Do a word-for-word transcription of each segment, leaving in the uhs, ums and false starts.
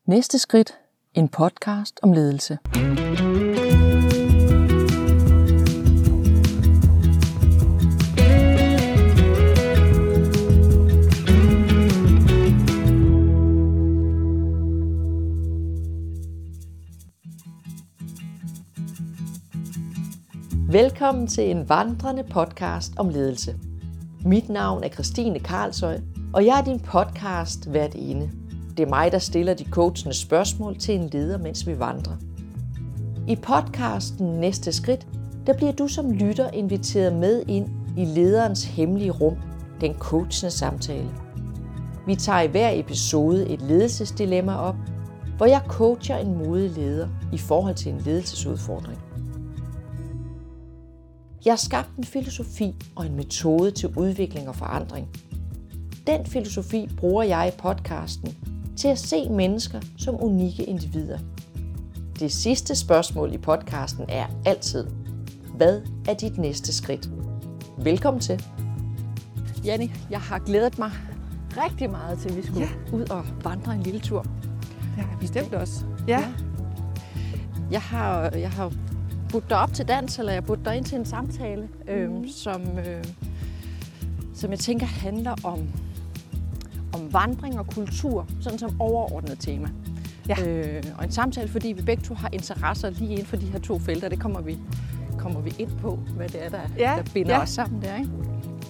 Næste skridt, en podcast om ledelse. Velkommen til en vandrende podcast om ledelse. Mit navn er Christine Karlshøj, og jeg er din podcast værtinde. Det er mig, der stiller de coachende spørgsmål til en leder, mens vi vandrer. I podcasten Næste skridt, der bliver du som lytter inviteret med ind i lederens hemmelige rum, den coachende samtale. Vi tager i hver episode et ledelsesdilemma op, hvor jeg coacher en modig leder i forhold til en ledelsesudfordring. Jeg har skabt en filosofi og en metode til udvikling og forandring. Den filosofi bruger jeg i podcasten til at se mennesker som unikke individer. Det sidste spørgsmål i podcasten er altid: hvad er dit næste skridt? Velkommen til. Janni, jeg har glædet mig rigtig meget til, at vi skulle ja. ud og vandre en lille tur. Ja, bestemt også. Ja. ja. Jeg har, jeg har budt dig op til dans, eller jeg budt dig ind til en samtale, mm. øhm, som, øh, som jeg tænker handler om, om vandring og kultur, sådan som overordnet tema. Ja. Øh, og en samtale, fordi vi begge to har interesser lige inden for de her to felter. Det kommer vi, kommer vi ind på, hvad det er, der, ja. der binder ja. os sammen der, ikke?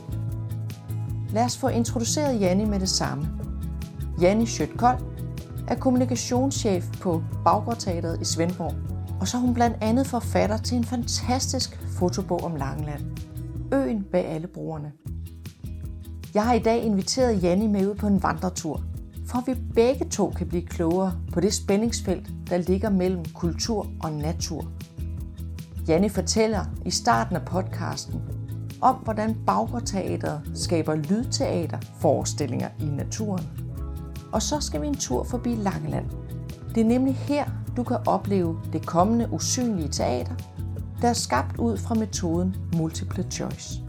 Lad os få introduceret Janni med det samme. Janni Schødt-Kold er kommunikationschef på Baggårdteatret i Svendborg. Og så er hun blandt andet forfatter til en fantastisk fotobog om Langeland. Øen bag alle broerne. Jeg har i dag inviteret Janni med ud på en vandretur, for at vi begge to kan blive klogere på det spændingsfelt, der ligger mellem kultur og natur. Janni fortæller i starten af podcasten om, hvordan Baggårdteatret skaber lydteaterforestillinger i naturen. Og så skal vi en tur forbi Langeland. Det er nemlig her, du kan opleve det kommende usynlige teater, der er skabt ud fra metoden Multiple Choice.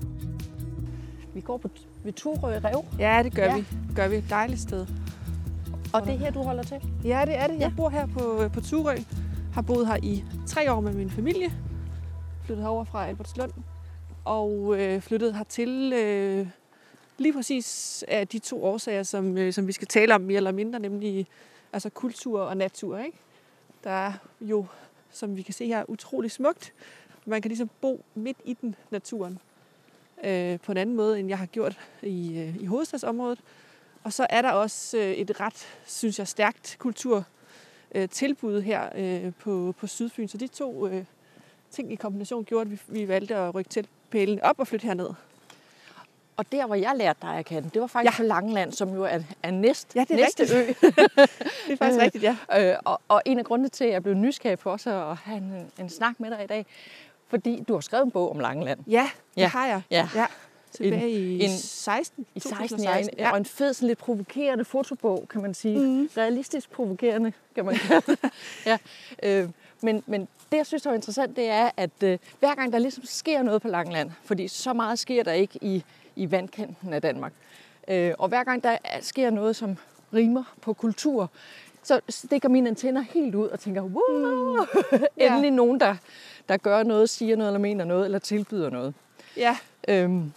Vi går på ved Turø Rev. Ja, det gør ja. vi. Det gør vi. Et dejligt sted. Og det er her, du holder til? Ja, det er det. Jeg ja. bor her på, på Turø. Har boet her i tre år med min familie. Flyttet herover fra Albertslund. Og øh, flyttet hertil øh, lige præcis af de to årsager, som, øh, som vi skal tale om mere eller mindre, nemlig altså kultur og natur, ikke? Der er jo, som vi kan se her, utrolig smukt. Man kan ligesom bo midt i den naturen øh, på en anden måde, end jeg har gjort i, øh, i hovedstadsområdet. Og så er der også øh, et ret, synes jeg, stærkt kulturtilbud øh, her øh, på, på Sydfyn. Så de to øh, ting i kombination gjorde, at vi, vi valgte at rykke teltpælene op og flytte herned. Og der, hvor jeg lærte dig at kende, det var faktisk ja. på Langeland, som jo er, er næst, ja, det er næste rigtigt. ø. Det er faktisk rigtigt, ja. Øh, og, og en af grundene til, at jeg blev nysgerrig på også at have en, en snak med dig i dag, fordi du har skrevet en bog om Langeland. Ja, det ja. har jeg. Ja. Ja. Tilbage i en, seksten. I seksten, ja. En, ja. Og en fed, sådan lidt provokerende fotobog, kan man sige. Mm. Realistisk provokerende, kan man kalde det. ja. øh, men, men det, jeg synes, der er interessant, det er, at øh, hver gang der ligesom sker noget på Langeland, fordi så meget sker der ikke i i vandkanten af Danmark. Øh, og hver gang der sker noget, som rimer på kultur, så stikker mine antenner helt ud og tænker, wow, mm. endelig ja. nogen, der, der gør noget, siger noget, eller mener noget, eller tilbyder noget. Ja. Øhm,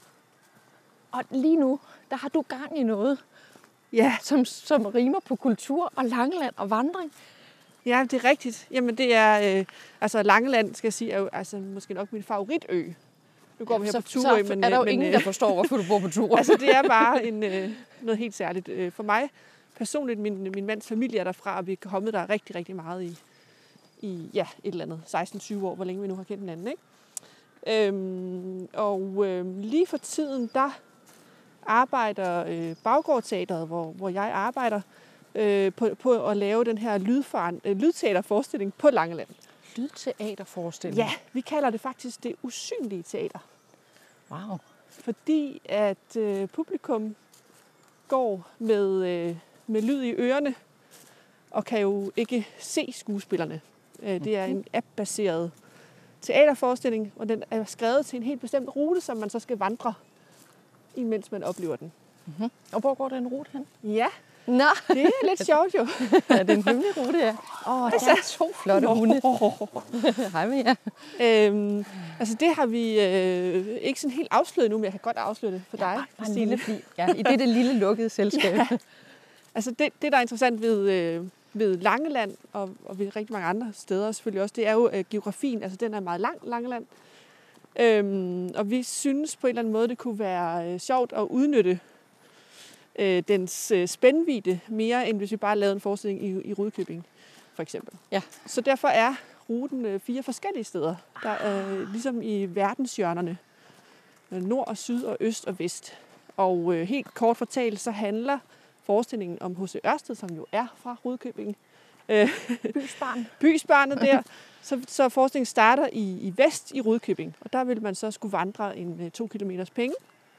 og lige nu, der har du gang i noget, ja. som, som rimer på kultur og Langeland og vandring. Ja, det er rigtigt. Jamen det er, øh, altså Langeland, skal jeg sige, er jo altså, måske nok min favoritø. Nu går vi her så, på Turø, så men er der jo men, ingen, der forstår, hvorfor du bor på Turø. Altså, det er bare en, øh, noget helt særligt. Øh, for mig personligt, min, min mands familie er derfra, og vi er kommet der rigtig, rigtig meget i, i ja, et eller andet seksten tyve år, hvor længe vi nu har kendt hinanden, ikke? Øhm, og øh, lige for tiden, der arbejder øh, Baggårdteatret, hvor, hvor jeg arbejder, øh, på, på at lave den her lydfaren, øh, lydteaterforestilling på Langeland. Lydteaterforestilling? Ja, vi kalder det faktisk det usynlige teater. Wow. Fordi at øh, publikum går med, øh, med lyd i ørerne og kan jo ikke se skuespillerne. Øh, det er en app-baseret teaterforestilling, og den er skrevet til en helt bestemt rute, som man så skal vandre, imens man oplever den. Mm-hmm. Og hvor går den rute hen? Ja, Nå, Det er lidt sjovt jo. ja, det er en hemmelig rute, ja. Åh, oh, der er to flotte hunde. Hej med jer. Øhm, altså det har vi øh, ikke sådan helt afsløret nu, men jeg kan godt afsløre det for dig. Bare, bare en lille fli. Ja, i det, det lille lukkede selskab. Ja. Altså det, det, der er interessant ved, øh, ved Langeland, og, og ved rigtig mange andre steder selvfølgelig også, det er jo øh, geografien. Altså den er meget lang, Langeland. Øhm, og vi synes på en eller anden måde, det kunne være øh, sjovt at udnytte øh, dens øh, spændvidde mere, end hvis vi bare lavede en forestilling i, i Rudkøbing, for eksempel. Ja. Så derfor er ruten øh, fire forskellige steder, der er øh, ligesom i verdenshjørnerne. Nord og syd og øst og vest. Og øh, helt kort fortalt, så handler forestillingen om H C Ørsted, som jo er fra Rudkøbing. Øh, Bysbarn. Bysbarnet der. Så, så forskningen starter i, i vest i Rudkøbing, og der vil man så skulle vandre en øh, to kilometers penge.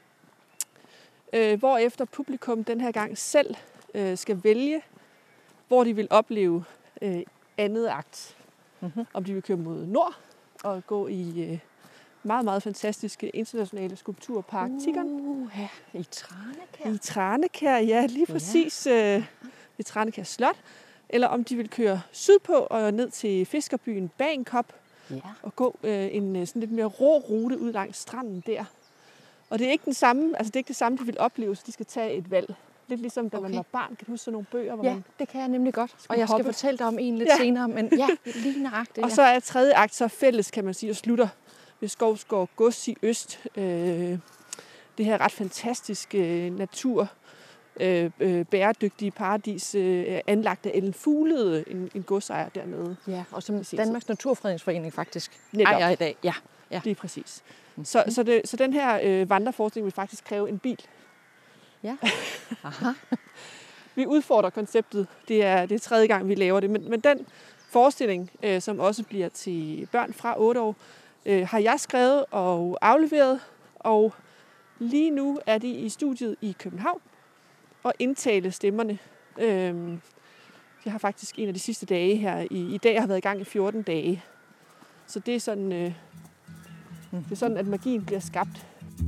Øh, hvorefter publikum den her gang selv øh, skal vælge, hvor de vil opleve øh, andet akt. Mm-hmm. Om de vil køre mod nord og gå i øh, meget, meget fantastiske internationale skulpturpark Tigeren. Uh, ja. I Tranekær. I Tranekær, ja, lige præcis øh, ved Tranekær Slot. Eller om de vil køre sydpå og ned til fiskerbyen Bagenkop Ja. og gå øh, en sådan lidt mere rå rute ud langs stranden der. Og det er ikke den samme, altså det er ikke det samme, de vil opleve, så de skal tage et valg. Lidt ligesom da okay. man var barn. Kan du huske sådan nogle bøger, hvor Ja, man... det kan jeg nemlig godt. Og jeg skal hoppe. fortælle dig om en lidt Ja. senere, men ja, lige nøjagtigt. Og Ja. så er tredje akt så fælles, kan man sige, og slutter ved Skovsgård Gods i øst. Øh, det her ret fantastiske øh, natur, øh, øh, bæredygtige paradis, øh, anlagt af Ellen Fuglede, en, en godsejer dernede. Ja, og som Præcis. Danmarks Naturfredningsforening faktisk Netop. ejer i dag. Ja. Ja. Det er præcis. Så, så, det, så den her øh, vandreforskning vil faktisk kræve en bil. Ja. Aha. Vi udfordrer konceptet. Det er, det er tredje gang, vi laver det. Men, men den forestilling, øh, som også bliver til børn fra otte år, øh, har jeg skrevet og afleveret. Og lige nu er de i studiet i København og indtale stemmerne. Øh, jeg har faktisk en af de sidste dage her. I, i dag har været i gang i fjorten dage. Så det er sådan, øh, det er sådan at magien bliver skabt.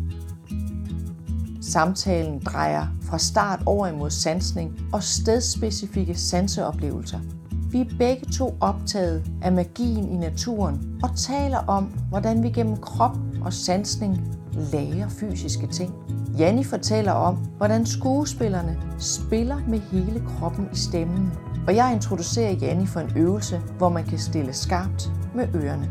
Samtalen drejer fra start over imod sansning og stedspecifikke sanseoplevelser. Vi er begge to optaget af magien i naturen og taler om, hvordan vi gennem krop og sansning lærer fysiske ting. Janni fortæller om, hvordan skuespillerne spiller med hele kroppen i stemmen. Og jeg introducerer Janni for en øvelse, hvor man kan stille skarpt med ørerne.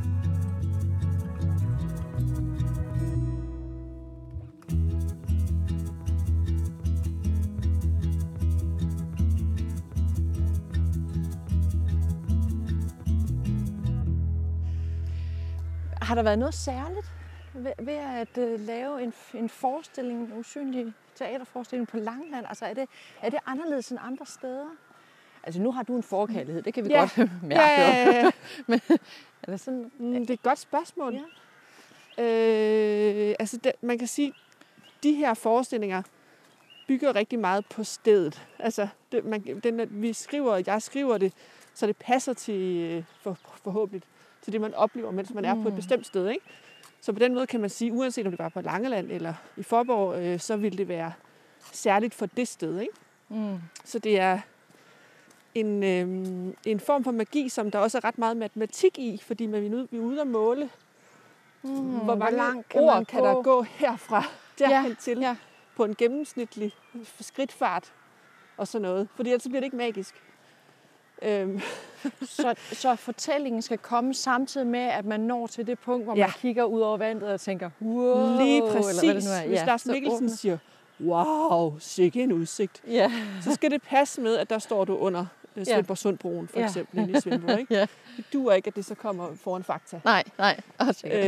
Har der været noget særligt ved, ved at uh, lave en, en forestilling, en usynlig teaterforestilling på Langeland? Altså er det, er det anderledes end andre steder? Altså nu har du en forkærlighed, det kan vi Ja. godt mærke. Ja, ja, ja. Men er det sådan? Mm, det er et godt spørgsmål. Ja. Øh, altså det, man kan sige, de her forestillinger bygger rigtig meget på stedet. Altså det, man, den, vi skriver, jeg skriver det, så det passer til øh, for, forhåbentlig til det, man oplever, mens man er mm. på et bestemt sted. Ikke? Så på den måde kan man sige, uanset om det var på Langeland eller i Faaborg, øh, så vil det være særligt for det sted. Ikke? Mm. Så det er en, øh, en form for magi, som der også er ret meget matematik i, fordi man er ude at måle, Mm. hvor mange langt kan ord man kan gå? der gå herfra derhen Ja, til ja. på en gennemsnitlig skridtfart og sådan noget. Fordi ellers bliver det ikke magisk. Øhm, Så, så fortællingen skal komme samtidig med, at man når til det punkt, hvor Ja. man kigger ud over vandet og tænker, wow, lige eller hvad præcis. det nu er. Hvis Ja, Lars så Mikkelsen åbner- siger, wow, sikke en udsigt, Ja. så skal det passe med, at der står du under øh, Svendborg Sundbroen, for Ja. eksempel, inde i Svendborg. Ikke? Ja. Det duer ikke, at det så kommer foran Fakta. Nej, nej. Altså, Øh,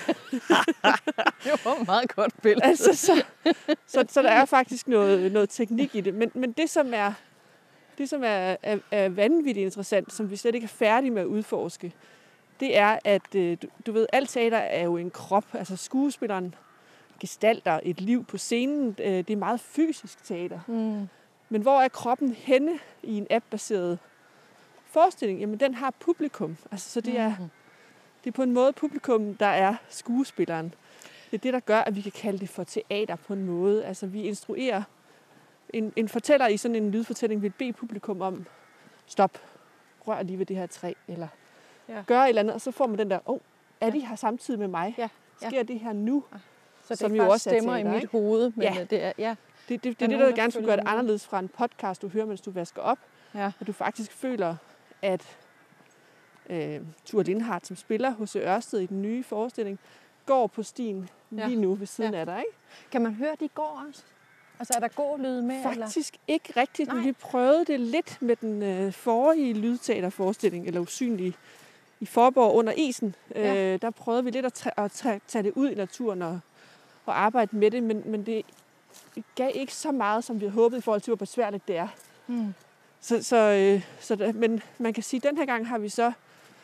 det var et meget godt billede. altså, så, så, så der er faktisk noget, noget teknik i det. Men, men det, som er, det, som er, er, er vanvittigt interessant, som vi slet ikke er færdige med at udforske, det er, at øh, du, du ved, alt teater er jo en krop. Altså skuespilleren gestalter et liv på scenen. Øh, det er meget fysisk teater. Mm. Men hvor er kroppen henne i en app-baseret forestilling? Jamen, den har publikum. Altså, så det er, Mhm. det er på en måde publikum, der er skuespilleren. Det er det, der gør, at vi kan kalde det for teater på en måde. Altså, vi instruerer en, en fortæller i sådan en lydfortælling vil bede publikum om, stop, rør lige ved det her træ, eller Ja. gør et eller andet, og så får man den der, åh, oh, er de her samtidig med mig? Ja. Sker ja. det her nu? Ja. Så Som det jo er bare også er stemmer teater, i mit ikke? hoved, men Ja. det er, ja. Det, det, det Der er er det, nogen, der der gerne skulle følger gøre det med. anderledes fra en podcast, du hører, mens du vasker op. Ja. Og du faktisk føler, at øh, Thure Lindhardt, som spiller hos Ørsted i den nye forestilling, går på stien Ja. lige nu ved siden Ja. af dig. Ikke? Kan man høre, de går også? Altså, er der god lyd med? Faktisk ikke rigtigt, men Nej. vi prøvede det lidt med den øh, forrige lydteaterforestilling, eller usynlig i Forborg under isen. Ja. Øh, der prøvede vi lidt at, ta- at ta- tage det ud i naturen og, og arbejde med det, men, men det gav ikke så meget, som vi havde håbet i forhold til, hvor besværligt det er. Hmm. Så, så, øh, så der, men man kan sige, at den her gang har vi så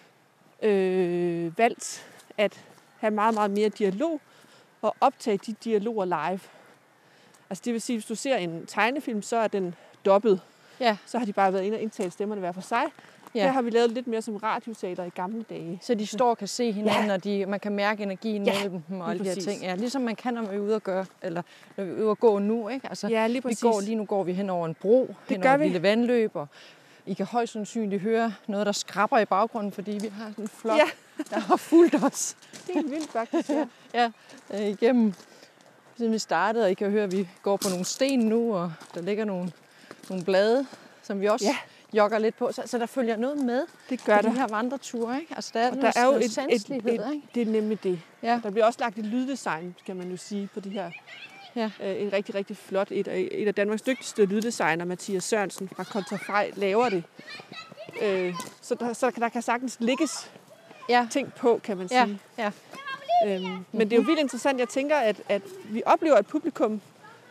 øh, valgt at have meget, meget mere dialog og optage de dialoger live. Altså det vil sige, hvis du ser en tegnefilm, så er den dobbet. Ja. Så har de bare været inde og indtale stemmerne hver for sig. Ja. Her har vi lavet lidt mere som radioteater i gamle dage. Så de står og kan se hinanden, Ja. og de, man kan mærke energien Ja, mellem dem og alle lige de her præcis. ting. Ja, ligesom man kan, når vi er ude at gøre, eller når vi er ude at gå nu, ikke? Altså, Ja, lige vi præcis. går, lige nu går vi hen over en bro, hen gør over et vi. lille vandløb, og I kan højst sandsynligt høre noget, der skrapper i baggrunden, fordi vi har sådan en flok, Ja. der har fulgt os Helt vildt faktisk, ja. ja, øh, igennem, siden vi startede. Og I kan høre, at vi går på nogle sten nu, og der ligger nogle, nogle blade, som vi også Ja. jogger lidt på. Så, så der følger noget med Det gør på der. de her vandreture, ikke? Altså, der er, Og noget, der er jo noget et, et, sanselighed, et, ikke? det er nemlig det. Ja. Der bliver også lagt et lyddesign, kan man jo sige, på de her. Ja. Øh, en rigtig, rigtig flot. Et, af- et af Danmarks dygtigste lyddesigner, Mathias Sørensen fra Kontrafej, laver det. Øh, så der, så der kan sagtens lægges Ja. ting på, kan man Ja, sige. ja. Øhm, men det er jo vildt interessant. Jeg tænker, at, at vi oplever et publikum,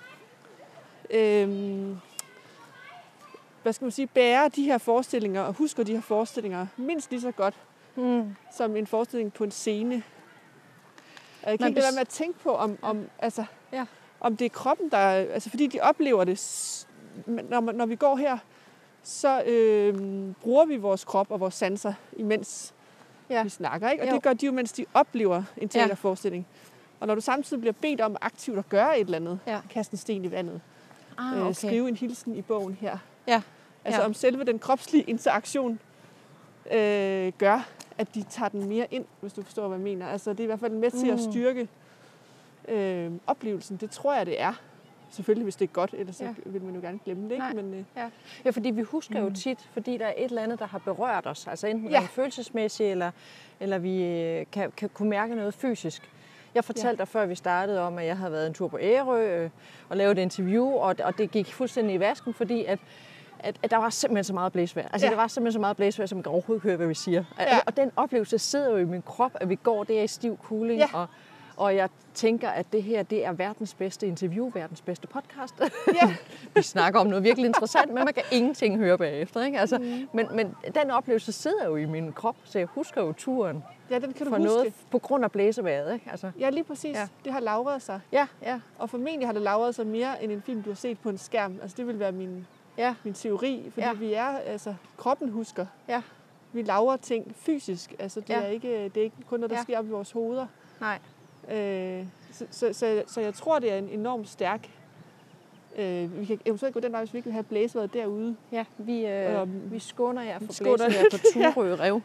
øhm, hvad skal man sige, bærer de her forestillinger og husker de her forestillinger mindst lige så godt Mm. som en forestilling på en scene. Og jeg kan Man ikke lade bes- være med at tænke på, om, om, altså, Ja. om det er kroppen, der... Altså, fordi de oplever det. s- Når, man- når vi går her, så øh, bruger vi vores krop og vores sanser, imens Ja. vi snakker. Ikke? Og Jo. det gør de jo, mens de oplever en teaterforestilling. Og når du samtidig bliver bedt om aktivt at gøre et eller andet, Ja. kaste en sten i vandet, Ah, øh, okay. skrive en hilsen i bogen her. Ja. Altså Ja. om selve den kropslige interaktion øh, gør, at de tager den mere ind, hvis du forstår, hvad jeg mener. Altså det er i hvert fald med til at Mm. styrke øh, oplevelsen. Det tror jeg, det er. Selvfølgelig, hvis det er godt, ellers Ja. så vil man jo gerne glemme det. Ikke? Nej. Men, øh, Ja, fordi vi husker jo tit, fordi der er et eller andet, der har berørt os. Altså enten Ja. ja. følelsesmæssigt, eller, eller vi øh, kan, kan kunne mærke noget fysisk. Jeg fortalte Ja. dig, før vi startede, om, at jeg havde været en tur på Ærø øh, og lavet et interview, og, og det gik fuldstændig i vasken, fordi at, at, at der var simpelthen så meget blæsvejr. Altså, Ja. der var simpelthen så meget blæsvejr, som man kan overhovedet høre, hvad vi siger. Ja. Og den oplevelse sidder jo i min krop, at vi går der i stiv kuling, Ja. og, og jeg tænker, at det her, det er verdens bedste interview, verdens bedste podcast. ja. Vi snakker om noget virkelig interessant, men man kan ingenting høre bagefter. Ikke? Altså, mm. men, men den oplevelse sidder jo i min krop, så jeg husker jo turen ja, den kan du for huske. noget på grund af blæsevejret. Ikke? Altså, Ja, lige præcis. Ja. Ja. Det har lagret sig. ja, ja, Og formentlig har det lagret sig mere end en film, du har set på en skærm. Altså det vil være min, ja, min teori, fordi Ja. vi er, altså kroppen husker. ja, Vi lagrer ting fysisk. Altså det, Ja. er, ikke, det er ikke kun noget, der Ja. sker op i vores hoveder. nej. Øh, så, så, så, så jeg tror, det er en enormt stærk... Øh, vi kan eventuelt gå den vej, hvis vi ikke vil have blæsevejret derude. Ja, vi, øh, Øhm, vi skåner jer for skåner blæsevejret på Turø Rev.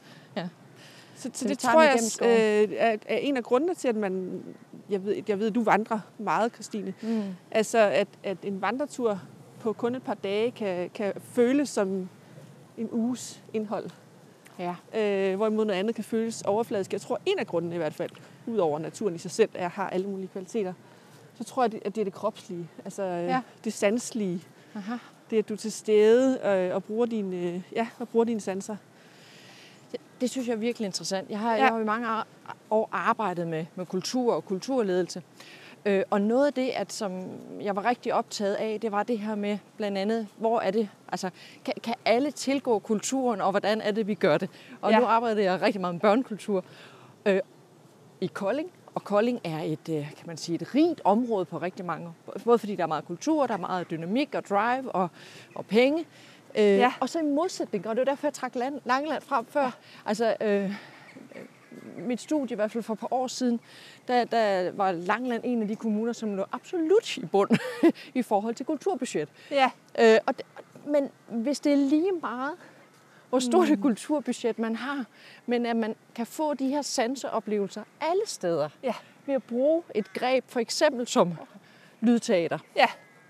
Så, så vi det tager tror den jeg igennem skoven. øh, er, er en af grundene til, at man... Jeg ved, jeg ved du vandrer meget, Christine. Mm. Altså, at, at en vandretur på kun et par dage kan, kan føles som en uges indhold. Ja. Øh, hvorimod noget andet kan føles overfladisk. Jeg tror, en af grundene i hvert fald, udover naturen i sig selv, er, har alle mulige kvaliteter, så tror jeg, at det er det kropslige. Altså øh, Ja. det sanselige. Aha. Det, at du er til stede øh, og bruger dine, øh, ja, og bruger dine sanser. Det, det synes jeg er virkelig interessant. Jeg har, Ja. jeg har i mange ar- år arbejdet med, med kultur og kulturledelse. Øh, og noget af det, at, som jeg var rigtig optaget af, det var det her med blandt andet, hvor er det, altså kan, kan alle tilgå kulturen, og hvordan er det, vi gør det? Og Ja. nu arbejder jeg rigtig meget med børnekultur øh, i Kolding. Og Kolding er et, øh, kan man sige, et rigt område på rigtig mange. Både fordi der er meget kultur, der er meget dynamik og drive og, og penge. Øh, Ja. Og så i modsætning, og det var derfor, jeg trak Land- Langeland frem før. Ja. Altså, øh, mit studie, i hvert fald for et par år siden, der, der var Langeland en af de kommuner, som lå absolut i bund i forhold til kulturbudget. Ja. Øh, og det, men hvis det er lige meget, hvor stort et kulturbudget man har, men at man kan få de her sanseoplevelser alle steder, Ja. ved at bruge et greb, for eksempel som lydteater. Ja.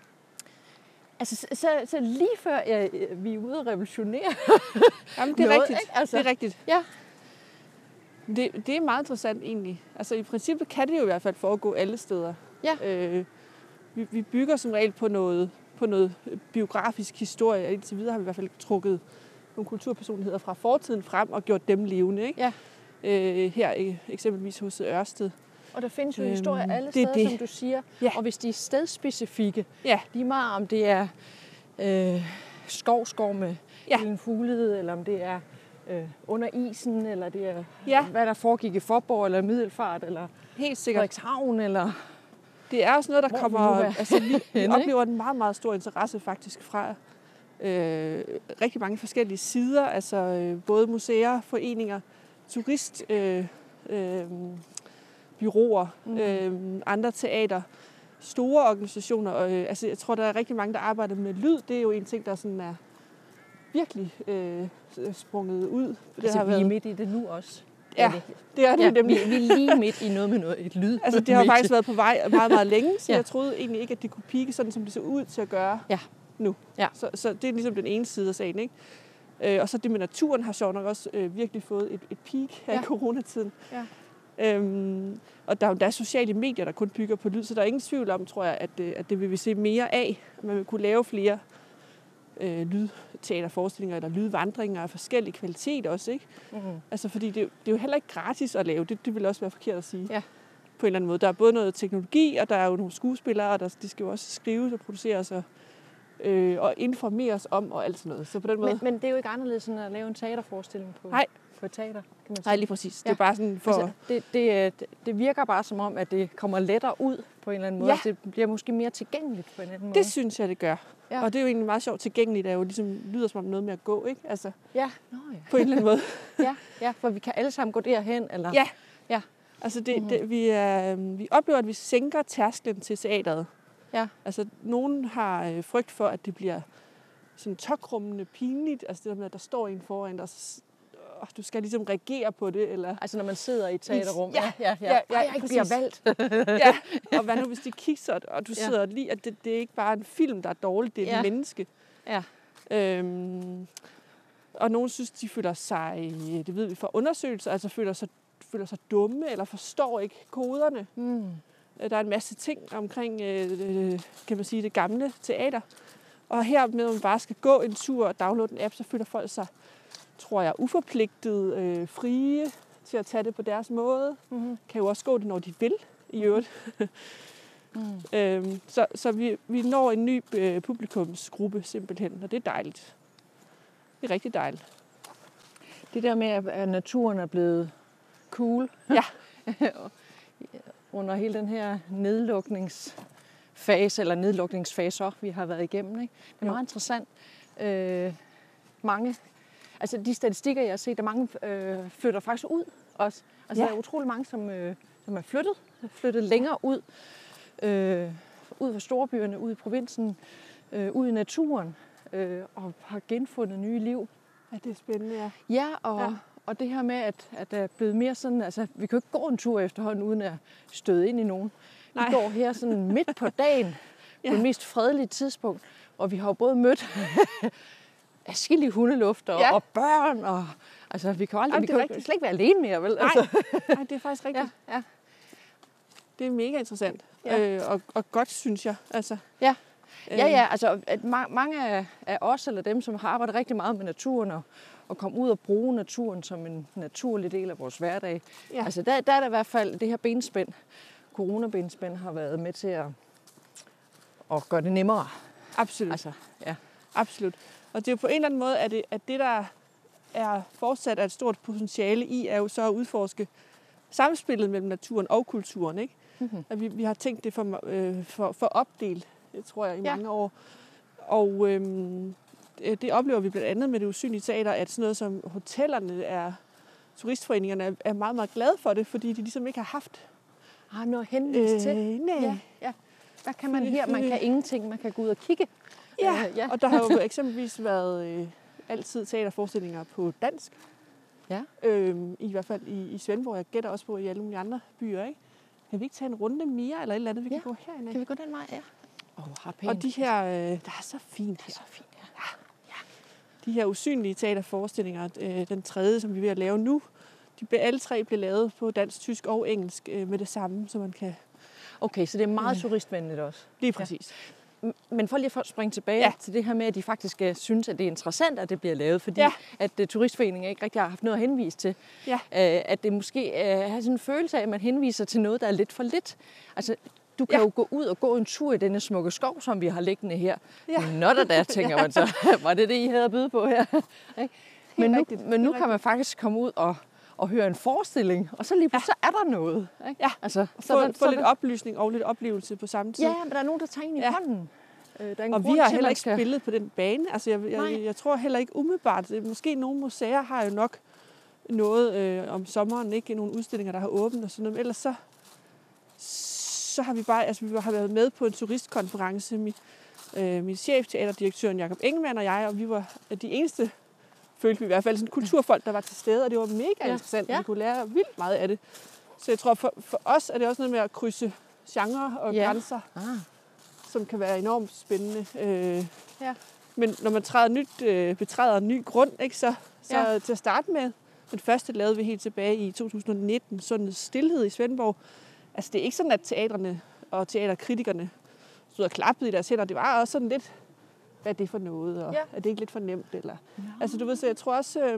Altså, så, så, så lige før ja, vi er ude at revolutionere. Jamen, det er noget, rigtigt. ikke? Altså, det er rigtigt. Ja. Det, det er meget interessant egentlig. Altså i princippet kan det jo i hvert fald foregå alle steder. Ja. Øh, vi, vi bygger som regel på noget, på noget biografisk historie, og indtil videre har vi i hvert fald trukket nogle kulturpersonligheder fra fortiden frem og gjort dem levende. Ikke? Ja. Øh, her eksempelvis hos Ørsted. Og der findes jo Øhm, historier alle det er steder, det. som du siger. Ja. Og hvis de er stedspecifikke, Ja. lige meget om det er øh, skov, skov med Ja. en fuglede, eller om det er øh, under isen, eller det er, Ja. hvad der foregik i Fåborg, eller Middelfart, eller Helt sikkert. Frederikshavn, eller... Det er også noget, der Hvor kommer... vi nu er Altså, vi, vi henne, oplever en meget, meget stor interesse faktisk fra øh, rigtig mange forskellige sider. Altså øh, både museer, foreninger, turist... Øh, øh, byråer, mm. øh, andre teater, store organisationer. Og, øh, altså, jeg tror, der er rigtig mange, der arbejder med lyd. Det er jo en ting, der sådan er virkelig øh, sprunget ud. Det Altså, har vi er været, midt i det nu også. Ja, Er det? det er det Ja, ja, nemlig. vi, vi er lige midt i noget med noget, et lyd. Altså, det har faktisk været på vej meget, meget længe, så Ja. jeg troede egentlig ikke, at det kunne pike sådan, som det ser ud til at gøre Ja. nu. Ja. Så, så det er ligesom den ene side af sagen, ikke? Øh, og så det med naturen har sjovt nok også øh, virkelig fået et, et peak her Ja. i coronatiden. Ja. Øhm, og der er jo der er sociale medier, der kun bygger på lyd, så der er ingen tvivl om, tror jeg, at, øh, at det vil vi se mere af. Man vil kunne lave flere øh, lydteaterforestillinger eller lydvandringer af forskellige kvalitet også, ikke? Mm-hmm. Altså, fordi det, er jo- det er jo heller ikke gratis at lave. Det, det vil også være forkert at sige. Ja. På en eller anden måde. Der er både noget teknologi, og der er jo nogle skuespillere, og der, de skal jo også skrives og produceres og, øh, og informeres om og alt sådan noget. Så på den måde... Men, men det er jo ikke anderledes end at lave en teaterforestilling på, Nej. på et teater, kan man sige. Nej, lige præcis. Ja. Ja. Det er bare sådan for... Altså, det, det, det, det virker bare som om, at det kommer lettere ud på en eller anden måde. Ja. Det bliver måske mere tilgængeligt på en anden måde. Det synes jeg, det gør. Ja. Og det er jo egentlig meget sjovt tilgængeligt, at jo ligesom lyder som om noget med at gå, ikke? Altså, Ja. Nå, ja. på en eller anden måde. ja, ja, for vi kan alle sammen gå derhen. Eller... Ja. Ja. Altså, det, mm-hmm. det, vi, er, vi oplever, at vi sænker tærsklen til teateret. Ja. Altså, nogen har øh, frygt for, at det bliver sådan tokrummende pinligt. Altså, det der med, at der står en foran dig, så, øh, du skal ligesom reagere på det, eller... Altså, når man sidder i et teaterrum. Ja, ja, ja. ja, ja, Ej, jeg ikke præcis. bliver valgt. Ja, og hvad nu, hvis de kigger, og du Ja. sidder lige, at det, det er ikke bare en film, der er dårlig, det er Ja. et menneske. Ja. Øhm, og nogen synes, de føler sig, det ved vi fra undersøgelser, altså føler sig, føler sig dumme, eller forstår ikke koderne. Mm. Der er en masse ting omkring, øh, kan man sige, det gamle teater. Og her med, at man bare skal gå en tur og downloade en app, så føler folk sig, tror jeg, uforpligtet, øh, frie til at tage det på deres måde. Mm-hmm. Kan jo også gå det, når de vil, i øvrigt. Mm. øhm, så så vi, vi når en ny øh, publikumsgruppe simpelthen, og det er dejligt. Det er rigtig dejligt. Det der med, at- at naturen er blevet cool. Ja. Under hele den her nedlukningsfase, eller nedlukningsfaser, vi har været igennem. Ikke? Det er Jo. meget interessant. Øh, mange, altså de statistikker, jeg har set, der mange øh, flytter faktisk ud også. Altså Ja. der er utrolig mange, som, øh, som er flyttet, flyttet længere ud. Øh, ud fra storbyerne, ud i provinsen, øh, ud i naturen, øh, og har genfundet nye liv. Ja, det er spændende, ja. Ja, og, Ja. ja. og det her med, at, at der er blevet mere sådan, altså vi kan jo ikke gå en tur efterhånden, uden at støde ind i nogen. Vi Nej. går her sådan midt på dagen, Ja. på det mest fredelige tidspunkt, og vi har jo både mødt adskillige hundelufter Ja. og børn, og altså vi kan jo aldrig, Jamen, vi det er kan jo rigtigt. slet ikke være alene mere, vel? Nej, Altså, Nej, det er faktisk rigtigt. ja, ja, Det er mega interessant. Ja. Øh, og, og godt, synes jeg. Altså, ja. øh, Ja, ja, altså at ma- mange af, af os, eller dem, som har arbejdet rigtig meget med naturen, og, og komme ud og bruge naturen som en naturlig del af vores hverdag. Ja. Altså der, der er der i hvert fald det her benspænd, coronabenspænd, har været med til at, at gøre det nemmere. Absolut. Altså, ja. Absolut. Og det er jo på en eller anden måde, at det, at det der er fortsat er et stort potentiale i, er jo så at udforske samspillet mellem naturen og kulturen, ikke? Mm-hmm. At vi, vi har tænkt det for, øh, for, for opdelt, det tror jeg, i Ja. mange år. Og øhm, det, det oplever vi blandt andet med det usynlige teater, at sådan noget som hotellerne er turistforeningerne er, er meget, meget glade for det, fordi de ligesom ikke har haft Har noget henvist til? nej. Ja, ja. Hvad kan man her? Man kan ingenting. Man kan gå ud og kigge. Ja, Øh, ja. og der har jo eksempelvis været øh, altid teaterforestillinger på dansk. Ja. Øhm, I hvert fald i, i Svendborg. Jeg gætter også på i alle mulige andre byer, ikke? Kan vi ikke tage en runde mere, eller et eller andet, vi Ja. kan gå herinde? Kan vi gå den vej? Ja. Åh, oh, har pænt. Og de her, øh, der er så fint Det er her. så fint, ja. De her usynlige teaterforestillinger, øh, den tredje, som vi er ved at lave nu, de be, alle tre bliver lavet på dansk, tysk og engelsk øh, med det samme, så man kan Okay, så det er meget Øh. turistvenligt også. lige præcis. Men for lige at springe tilbage Ja. ja. til det her med, at de faktisk uh, synes, at det er interessant, at det bliver lavet, fordi Ja. at uh, turistforeningen ikke rigtig har haft noget at henvise til. Ja. Uh, at det måske uh, har sådan en følelse af, at man henviser til noget, der er lidt for lidt. Altså, du kan Ja. jo gå ud og gå en tur i denne smukke skov, som vi har liggende her. Ja. Nå da da, tænker man så. Var det det, I havde at byde på her? Ikke? men nu, rigtigt. men nu Helt kan man faktisk komme ud og, og høre en forestilling, og så lige pludselig ja. så er der noget. Ikke? Ja. Altså, Få, så der, få så lidt der, oplysning og lidt oplevelse på samme tid. Ja, men der er nogen, der tager en i Ja. hånden. Øh, der er en Og grund vi har til, heller man ikke skal... spillet på den bane. Altså, jeg, Nej. jeg, jeg tror heller ikke umiddelbart. Måske nogle museer har jo nok noget øh, om sommeren, ikke nogle udstillinger, der har åbent og sådan noget. Men ellers så, så har vi bare, altså vi har været med på en turistkonference. Min, øh, min chef, teaterdirektøren Jakob Ingemann og jeg, og vi var de eneste, følte vi i hvert fald, sådan kulturfolk, der var til stede, og det var mega Ja. interessant. Ja. Vi kunne lære vildt meget af det. Så jeg tror, for, for os er det også noget med at krydse genre og Ja. grænser, Ah. som kan være enormt spændende. Øh, Ja. Men når man træder nyt, øh, betræder en ny grund, ikke, så, så Ja. til at starte med, den første lavede vi helt tilbage i to tusind nitten, sådan en Stilhed i Svendborg. Altså det er ikke sådan, at teatrene og teaterkritikerne stod og klappede i deres hænder. Det var også sådan lidt, hvad er det for noget, og Ja. er det ikke lidt for nemt? Eller? Altså du ved, så jeg tror også, øh,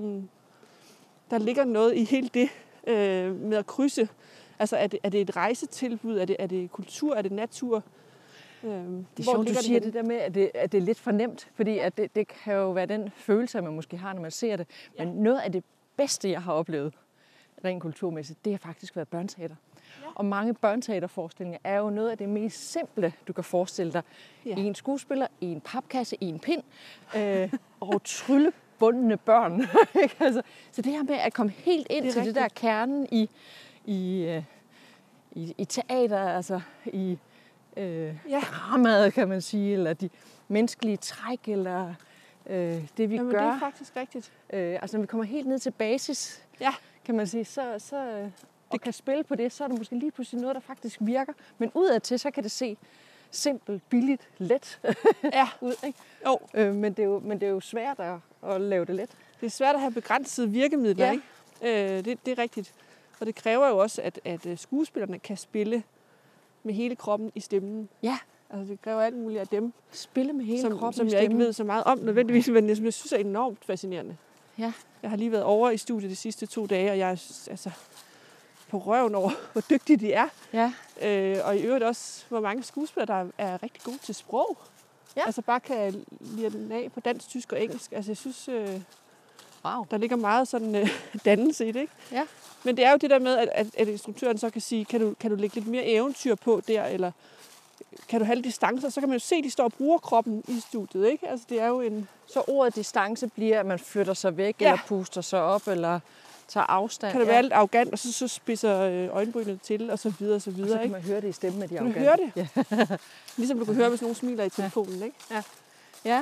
der ligger noget i hele det øh, med at krydse. Altså er det, er det et rejsetilbud? Er det, er det kultur? Er det natur? Øh, Det er sjovt, du siger det der med, at det, at det er lidt for nemt, fordi at det, det kan jo være den følelse, man måske har, når man ser det. Men noget af det bedste, jeg har oplevet, rent kulturmæssigt, det har faktisk været børneteater. Ja. Og mange børneteaterforestillinger er jo noget af det mest simple, du kan forestille dig. Ja. En skuespiller, en papkasse, en pind øh, og tryllebundne børn. Ikke? altså, så det her med at komme helt ind Det er til rigtigt. det der kernen i, i, øh, i, i teater, altså i øh, Ja. dramaet, kan man sige, eller de menneskelige træk, eller øh, det vi Jamen, gør. det er faktisk rigtigt. Øh, altså når vi kommer helt ned til basis, Ja. kan man sige, så, så øh, og kan spille på det, så er det måske lige pludselig noget, der faktisk virker. Men udadtil, så kan det se simpelt, billigt, let Ja. ud. Ikke? Jo. Øh, men, det er jo, men det er jo svært at, at lave det let. Det er svært at have begrænsede virkemidler, Ja. ikke? Øh, det, det er rigtigt. Og det kræver jo også, at, at øh, skuespillerne kan spille med hele kroppen i stemmen. Ja, Altså det kræver alt muligt af dem, spille med hele som, kroppen som i jeg ikke stemmen. ved så meget om nødvendigvis, men som jeg synes er enormt fascinerende. Ja. Jeg har lige været over i studiet de sidste to dage, og jeg er altså på røven over, hvor dygtige de er. Ja. Øh, og i øvrigt også, hvor mange skuespillere, der er rigtig gode til sprog. Ja. Altså bare kan lide den af på dansk, tysk og engelsk. Altså jeg synes, øh, Wow. der ligger meget sådan øh, dannelse i det, ikke? Ja. Men det er jo det der med, at, at, at instruktøren så kan sige, kan du, kan du lægge lidt mere eventyr på der, eller kan du have lidt distancer, så kan man jo se, at de står og bruger kroppen i studiet, ikke? Altså det er jo en... Så ordet distance bliver, at man flytter sig væk, Ja. eller puster sig op, eller tager afstand. Kan det ja. være lidt arrogant, og så, så spidser øh, øjenbrynet til, og så videre, og så Og videre, så kan ikke? man høre det i stemmen af de Kan du arrogante. høre det? Ja. Ligesom du kan høre, hvis nogen smiler i telefonen, ikke? ja.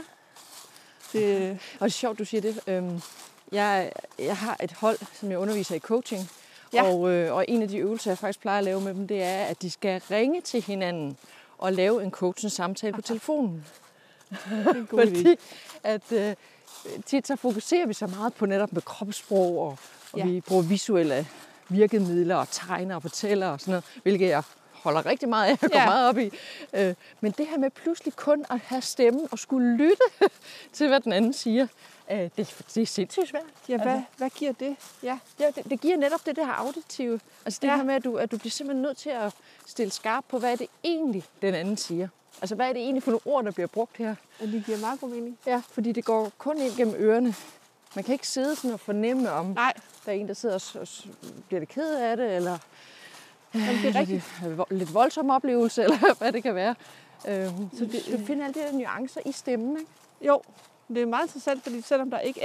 Det, Og det er sjovt, du siger det. Øhm, jeg, jeg har et hold, som jeg underviser i coaching. Ja. Og, øh, og en af de øvelser, jeg faktisk plejer at lave med dem, det er, at de skal ringe til hinanden og lave en coaching samtale på telefonen. det er en god idé. Fordi at øh, tit så fokuserer vi så meget på netop med kropssprog, og, og Ja. vi bruger visuelle virkemidler og tegner og fortæller og sådan noget, hvilket jeg holder rigtig meget af og går Ja. meget op i. Øh, men det her med pludselig kun at have stemmen og skulle lytte til, hvad den anden siger, øh, det, det er sindssygt svært. Ja, hvad, Altså, hvad giver det? Ja. ja, det, det giver netop det der auditive. Altså det Ja. her med, at du, at du bliver simpelthen nødt til at stille skarp på, hvad er det egentlig, den anden siger. Altså hvad er det egentlig for nogle ord, der bliver brugt her? Og det giver meget god mening. Ja, fordi det går kun ind gennem ørerne. Man kan ikke sidde sådan og fornemme, om Nej, der er en, der sidder og, s- og s- bliver det ked af det, eller jamen, det er rigtigt. lidt, vo- lidt voldsom oplevelse, eller hvad det kan være. Øhm, så det, du finder alle de der nuancer i stemmen, ikke? Jo, det er meget interessant, fordi selvom der ikke er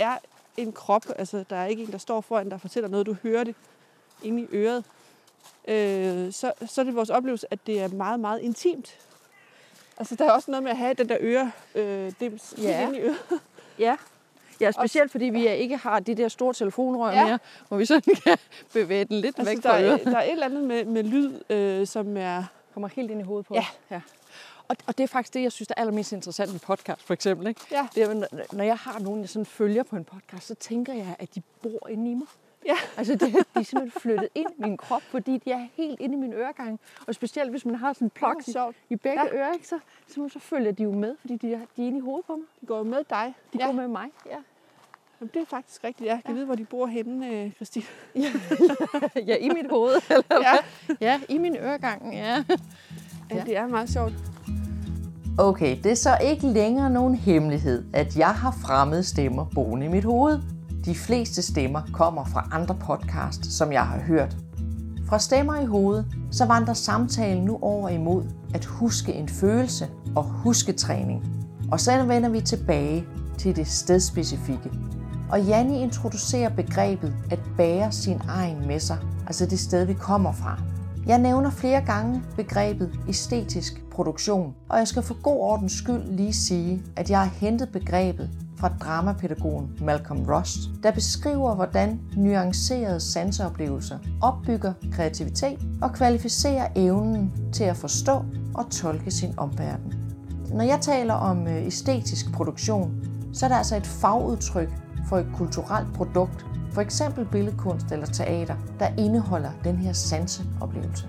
en krop. Altså, der er ikke en, der står foran, der fortæller noget. Du hører det inde i øret. Øh, så, så er det vores oplevelse, at det er meget, meget intimt. Altså, der er også noget med at have den der øre, øh, dims Ja. inde i øret. Ja. Ja, specielt fordi vi ikke har de der store telefonrør Ja. mere, hvor vi sådan kan bevæge den lidt Altså, væk der, fra er, øret. der er et eller andet med, med lyd, øh, som er... Kommer helt ind i hovedet på Ja. os. Ja. Og, og det er faktisk det, jeg synes, der er allermest interessant med podcast, for eksempel. Ikke? Ja. Det er, når- når jeg har nogen, jeg sådan følger på en podcast, så tænker jeg, at de bor inde i mig. Ja. Altså, det, de er simpelthen flyttet ind i min krop, fordi de er helt inde i min øregang. Og specielt, hvis man har sådan en plug Det i, er sjovt. i begge Ja. ører, ikke? Så, så, så følger de jo med, fordi de er, de er inde i hovedet på mig. De går jo med dig. De ja. går med mig. Ja. Jamen, det er faktisk rigtigt. Jeg kan ja. vide, hvor de bor henne, øh, Christine. Ja, i mit hoved. Eller Ja. hvad? Ja, i min øregang. Ja. Ja, det er meget sjovt. Okay, det er så ikke længere nogen hemmelighed, at jeg har fremmede stemmer boende i mit hoved. De fleste stemmer kommer fra andre podcasts, som jeg har hørt. Fra stemmer i hovedet, så vandrer samtalen nu over imod at huske en følelse og husketræning. Og så vender vi tilbage til det stedspecifikke. Og Janni introducerer begrebet at bære sin egen med sig, altså det sted, vi kommer fra. Jeg nævner flere gange begrebet æstetisk produktion, og jeg skal for god ordens skyld lige sige, at jeg har hentet begrebet fra dramapædagogen Malcolm Ross, der beskriver, hvordan nuancerede sanseoplevelser opbygger kreativitet og kvalificerer evnen til at forstå og tolke sin omverden. Når jeg taler om æstetisk produktion, så er det altså et fagudtryk for et kulturelt produkt, for eksempel billedkunst eller teater, der indeholder den her sanseoplevelse.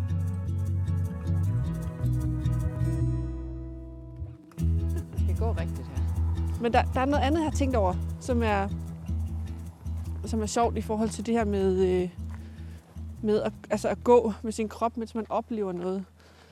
Det går rigtigt her. Men der, der er noget andet, jeg har tænkt over, som er, som er sjovt i forhold til det her med, øh, med at, altså at gå med sin krop, mens man oplever noget.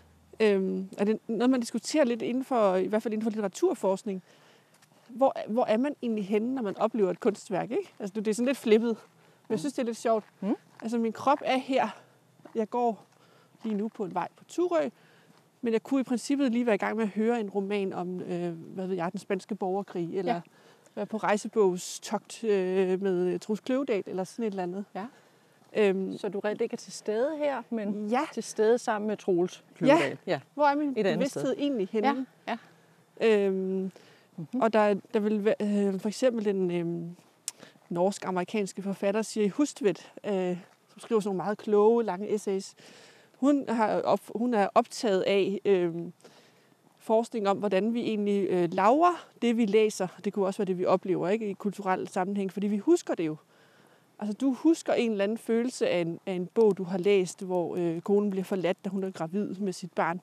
Øhm, er det noget, man diskuterer lidt inden for, i hvert fald inden for litteraturforskning? Hvor, hvor er man egentlig henne, når man oplever et kunstværk, ikke? Altså, det er sådan lidt flippet, men jeg synes, det er lidt sjovt. Mm. Altså, min krop er her. Jeg går lige nu på en vej på Turø, men jeg kunne i princippet lige være i gang med at høre en roman om, øh, hvad ved jeg, den spanske borgerkrig, eller Ja. være på rejsebogstogt øh, med Troels Kløvedal, eller sådan et eller andet. Ja. Øhm, Så du reelt ikke er til stede her, men ja, til stede sammen med Troels Kløvedal. Ja. hvor er min Et andet bevidsthed sted. egentlig henne? Ja. Øhm, Mm-hmm. Og der, der vil være, øh, for eksempel den øh, norsk-amerikanske forfatter Siri Hustvedt, øh, som skriver sådan nogle meget kloge, lange essays. Hun, har op, hun er optaget af øh, forskning om, hvordan vi egentlig øh, laver det, vi læser. Det kunne også være det, vi oplever, ikke, i kulturel sammenhæng, fordi vi husker det jo. Altså, du husker en eller anden følelse af en, af en bog, du har læst, hvor øh, konen bliver forladt, da hun er gravid med sit barn.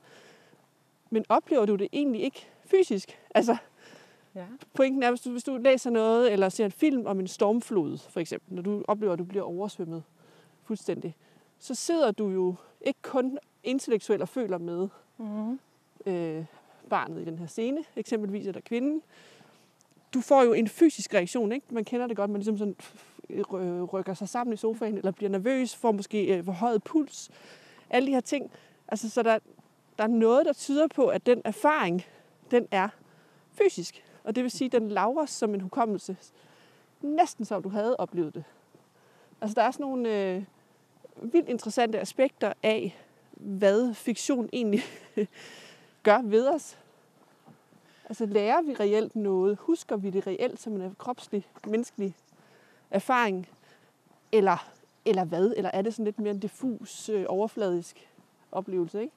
Men oplever du det egentlig ikke fysisk? Altså, Ja. pointen er, hvis du, hvis du læser noget, eller ser en film om en stormflod, for eksempel, når du oplever, at du bliver oversvømmet fuldstændig, så sidder du jo ikke kun intellektuelt og føler med Mm-hmm. øh, barnet i den her scene, eksempelvis, eller kvinden. Du får jo en fysisk reaktion, ikke? Man kender det godt, man ligesom sådan rykker sig sammen i sofaen, eller bliver nervøs, får måske øh, forhøjet puls. Alle de her ting. Altså, så der, der er noget, der tyder på, at den erfaring, den er fysisk. Og det vil sige, at den lagres som en hukommelse. Næsten som du havde oplevet det. Altså, der er sådan nogle øh, vildt interessante aspekter af, hvad fiktion egentlig gør ved os. Altså, lærer vi reelt noget? Husker vi det reelt som en kropslig, menneskelig erfaring? Eller, eller hvad? Eller er det sådan lidt mere en diffus, øh, overfladisk oplevelse, ikke?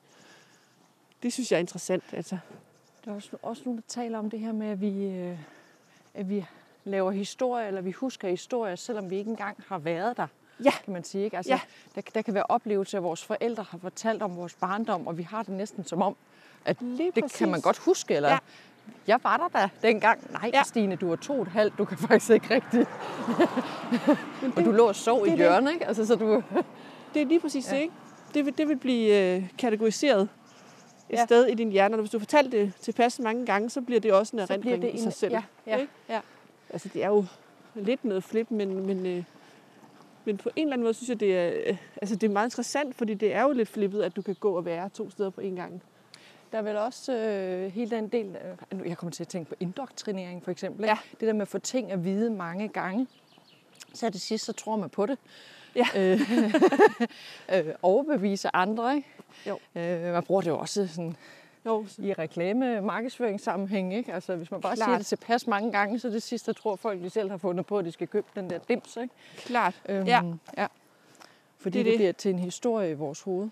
Det synes jeg er interessant, altså. Der er også, også nogen, der taler om det her med, at vi, øh, at vi laver historie, eller vi husker historie, selvom vi ikke engang har været der, Ja. kan man sige. Ikke? Altså, Ja. der, der kan være oplevelser, at vores forældre har fortalt om vores barndom, og vi har det næsten som om, at Lige det præcis. kan man godt huske. Eller, Ja. Jeg var der da dengang. Nej, Ja. Stine, du er to og et halvt. Du kan faktisk ikke rigtigt. Og du lå og sov det i er hjørnet, ikke? Altså, så du... Det er lige præcis Ja. det, ikke? Det vil, det vil blive øh, kategoriseret et Ja. sted i din hjerne. Og hvis du fortæller det tilpas mange gange, så bliver det også en så bliver erindring det i sig selv. Ja, ja, ikke? ja. Altså, det er jo lidt noget flip, men, men, øh, men på en eller anden måde synes jeg, det er, øh, altså, det er meget interessant, fordi det er jo lidt flippet, at du kan gå og være to steder på en gang. Der er vel også øh, hele den del, øh, jeg kommer til at tænke på indoktrinering for eksempel. Ikke? Ja. Det der med at få ting at vide mange gange. Så til sidst, så tror man på det. Ja. Øh, øh, overbevise andre, ikke? Jo. Øh, man bruger det jo også sådan Jo, i reklame, markedsføringssammenhæng, ikke? Altså, hvis man bare Klart. siger det tilpas mange gange, så det sidste, tror folk, de selv har fundet på, at de skal købe den der dims, ikke? klart. Øhm, Ja. ja. Fordi Det er det, det det. bliver til en historie i vores hoved.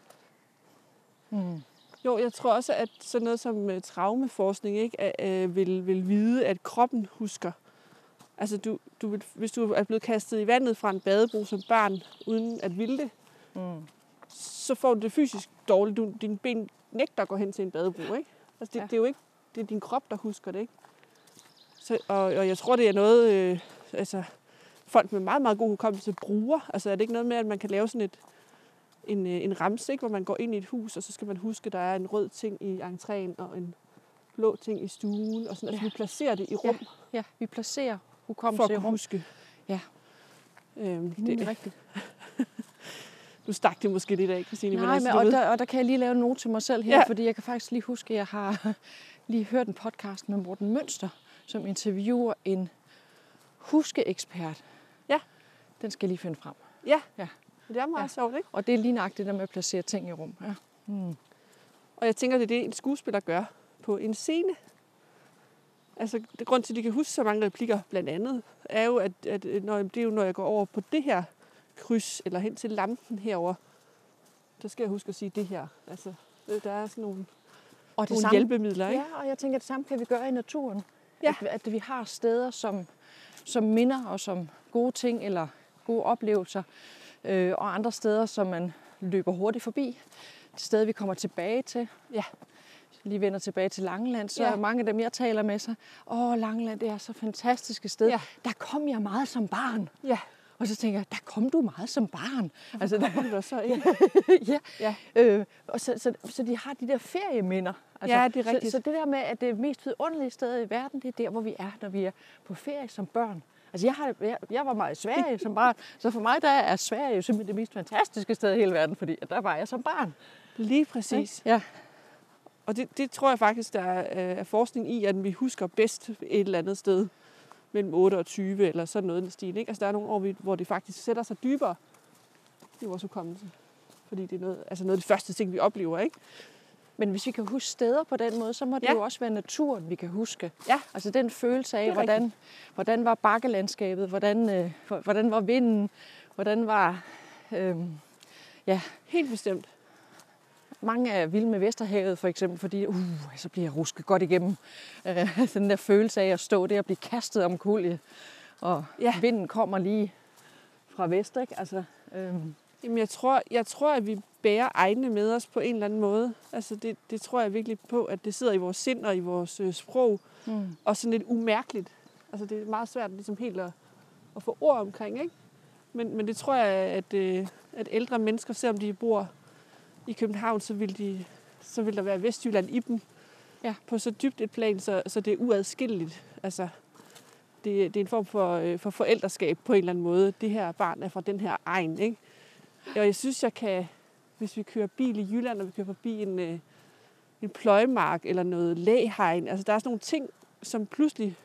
Mm. Jo, jeg tror også, at sådan noget som uh, traumeforskning ikke, er, uh, vil, vil vide, at kroppen husker. Altså, du, du vil, hvis du er blevet kastet i vandet fra en badebro som barn, uden at ville det, Mm. så får du det fysisk dårligt. Du, dine ben nægter at gå hen til en badebro, ikke? Altså, det, Ja. det er jo ikke det er din krop, der husker det, ikke? Så, og, og jeg tror, det er noget, øh, altså, folk med meget, meget god hukommelse bruger. Altså, er det ikke noget med, at man kan lave sådan et, en, øh, en ramse, ikke? Hvor man går ind i et hus, og så skal man huske, at der er en rød ting i entréen, og en blå ting i stuen, og sådan. Altså, Ja. vi placerer det i rum, Ja, vi placerer for hukommelse at i kunne rum. huske. Ja. Øhm, Det det, er rigtigt. nu stak det måske lidt af, Christine. Nej, altså, men, du og, ved- der, og der kan jeg lige lave en note til mig selv her, Ja. ja. fordi jeg kan faktisk lige huske, at jeg har lige hørt en podcast med Morten Mønster, som interviewer en huskeekspert. Ja. Den skal jeg lige finde frem. Ja, Ja. det er meget Ja. sjovt, ikke? Og det er lige nøjagtigt det der med at placere ting i rum. Ja. Mm. Og jeg tænker, det er det, en skuespiller gør på en scene. Altså, det grund til, at de kan huske så mange replikker, blandt andet, er jo, at, at når, det er jo, når jeg går over på det her kryds, eller hen til lampen herover, der skal jeg huske at sige det her. Altså, der er sådan nogle, Og det nogle samme, hjælpemidler, ikke? ja, og jeg tænker, at det samme kan vi gøre i naturen. Ja. At, at vi har steder, som, som minder og som gode ting eller gode oplevelser, øh, og andre steder, som man løber hurtigt forbi. Steder, vi kommer tilbage til. Ja. Hvis vi lige vender tilbage til Langeland, så Ja. er mange af dem, jeg taler med, så åh, Langeland, det er så fantastisk et sted. Ja. Der kom jeg meget som barn. Ja, Og så tænker jeg, der kom du meget som barn. altså, der kommer du så ikke. ja. Ja. Øh, og så, så, så de har de der ferieminder. Ja, det er rigtigt. Så, så det der med, at det mest vidunderlige sted i verden, det er der, hvor vi er, når vi er på ferie som børn. Altså, jeg, har, jeg, jeg var meget i Sverige som barn, så for mig der er Sverige jo simpelthen det mest fantastiske sted i hele verden, fordi der var jeg som barn. Lige præcis. Ja. Og det, det tror jeg faktisk, der er, er forskning i, at vi husker bedst et eller andet sted mellem otte og tyve, eller sådan noget i den stil. Ikke? Altså, der er nogle år, hvor det faktisk sætter sig dybere i vores hukommelse. Fordi det er noget, altså noget af det første ting, vi oplever, ikke? Men hvis vi kan huske steder på den måde, så må det Ja. jo også være naturen, vi kan huske. Ja. Altså den følelse Det af, er hvordan, hvordan var bakkelandskabet, hvordan, øh, hvordan var vinden, hvordan var... Øh, ja, Helt bestemt. mange er vilde med Vesterhavet for eksempel, fordi uh, så bliver jeg rusket godt igennem. Øh, den der følelse af at stå der og blive kastet omkuld, og Ja. vinden kommer lige fra vest, ikke? Altså, øh, Jamen, jeg tror, jeg tror, at vi bærer egne med os på en eller anden måde. Altså, det, det tror jeg virkelig på, at det sidder i vores sind og i vores øh, sprog. mm. Og sådan lidt umærkeligt. Altså, det er meget svært ligesom helt at, at få ord omkring, ikke? Men, men det tror jeg, at, øh, at ældre mennesker, selvom de bor i København, så vil, de, så vil der være Vestjylland i dem. Ja. På så dybt et plan, så, så det er uadskilleligt. Altså, det, det er en form for, øh, for forældreskab på en eller anden måde. Det her barn er fra den her egen, ikke? Og jeg synes, jeg kan, hvis vi kører bil i Jylland, og vi kører forbi en, øh, en pløjemark eller noget læhegn, altså der er sådan nogle ting, som pludselig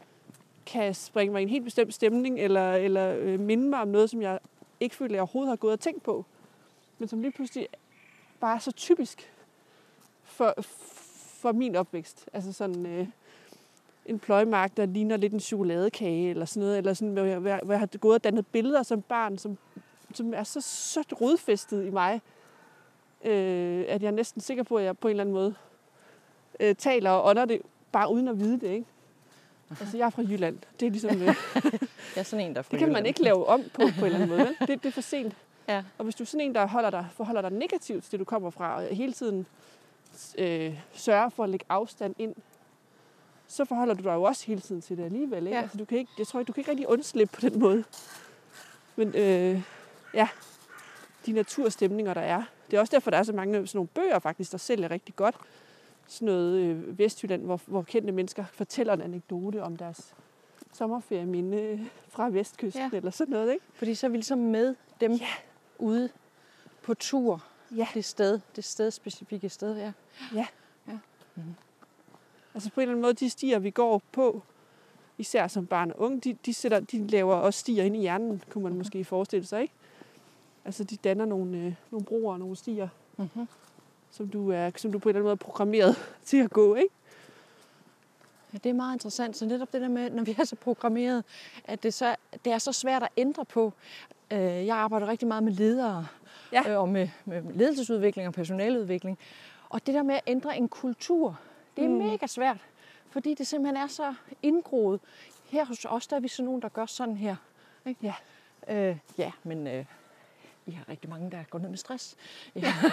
kan springe mig i en helt bestemt stemning, eller, eller øh, minde mig om noget, som jeg ikke føler, jeg overhovedet har gået og tænkt på, men som lige pludselig bare er så typisk for, for min opvækst. Altså sådan øh, en pløjemark, der ligner lidt en chokoladekage, eller sådan noget, eller sådan, hvor jeg, hvor jeg har gået og dannet billeder som barn, som, som er så, så rodfæstet i mig, øh, at jeg er næsten sikker på, at jeg på en eller anden måde øh, taler og ånder det, bare uden at vide det, ikke? Altså, jeg er fra Jylland. Det er ligesom... Øh, Jeg er sådan en, der det kan man ikke lave om på, på en eller anden måde. Vel? Det, det er for sent. Ja. Og hvis du er sådan en, der holder dig, forholder dig negativt til det, du kommer fra, og hele tiden øh, sørger for at lægge afstand ind, så forholder du dig jo også hele tiden til det alligevel. Ikke? Ja. Altså, du kan ikke, jeg tror ikke, du kan ikke rigtig undslippe på den måde. Men øh, ja, de naturstemninger, der er. Det er også derfor, der er så mange sådan nogle bøger faktisk, der sælger rigtig godt. Sådan noget øh, Vestjylland, hvor, hvor kendte mennesker fortæller en anekdote om deres sommerferieminde fra Vestkysten, Ja. eller sådan noget, ikke? Fordi så er vi ligesom med dem Ja. ude på tur. Ja. Det sted, det sted specifikke sted, ja. Ja. Ja. Mm-hmm. Altså på en eller anden måde, de stier, vi går på, især som barn og unge, de, de, sætter, de laver også stier ind i hjernen, kunne man mm-hmm. måske forestille sig, ikke? Altså de danner nogle, øh, nogle broer og nogle stier, mm-hmm. som, du er, som du på en eller anden måde er programmeret til at gå, ikke? Ja, det er meget interessant. Så netop det der med, når vi er så programmeret, at det, så, det er så svært at ændre på. Jeg arbejder rigtig meget med ledere, ja. øh, og med, med ledelsesudvikling og personaleudvikling. Og det der med at ændre en kultur, det er mm. mega svært, fordi det simpelthen er så indgroet. Her hos os, der er vi sådan nogen, der gør sådan her. Ikke? Ja. Øh, ja, men øh, I har rigtig mange, der går ned med stress. I har,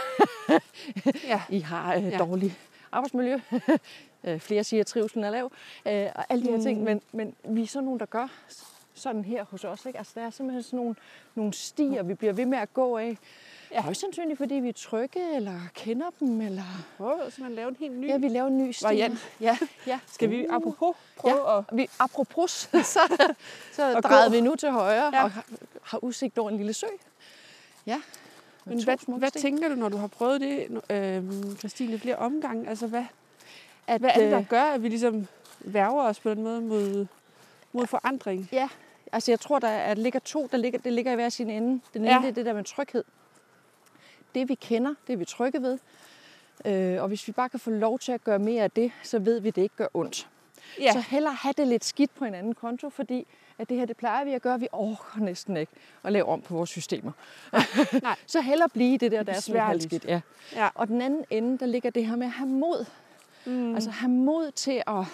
ja. I har øh, ja. dårlig arbejdsmiljø. Flere siger, at trivselen er lav. Øh, og alle de her mm. ting. Men, men vi er sådan nogen, der gør sådan her hos os. Ikke? Altså, der er simpelthen sådan nogle, nogle stier, vi bliver ved med at gå af. Ja. Højst sandsynligt, fordi vi er trygge, eller kender dem, eller... Prøv at man laver en helt ny... Ja, vi laver en ny sti. Variant. Ja, ja. Skal vi apropos prøve ja. at... Vi, apropos, så, så drejede vi nu til højre, ja. og har, har udsigt over en lille sø. Ja. Men hvad, hvad tænker du, når du har prøvet det, øh, Christine, flere omgange? Altså, hvad, at, hvad er det, der gør, at vi ligesom værger os på den måde mod, mod forandring? Ja, altså jeg tror, der er, ligger to, der ligger, det ligger i hver sin ende. Den ene, ja. det er det der med tryghed. Det vi kender, det er vi trygge ved. Øh, og hvis vi bare kan få lov til at gøre mere af det, så ved vi, at det ikke gør ondt. Ja. Så hellere have det lidt skidt på en anden konto, fordi at det her, det plejer vi at gøre, vi orker næsten ikke at lave om på vores systemer. Nej. Så hellere blive det der, der er svært skidt. Ja. Ja. Og den anden ende, der ligger det her med at have mod. Mm. Altså have mod til at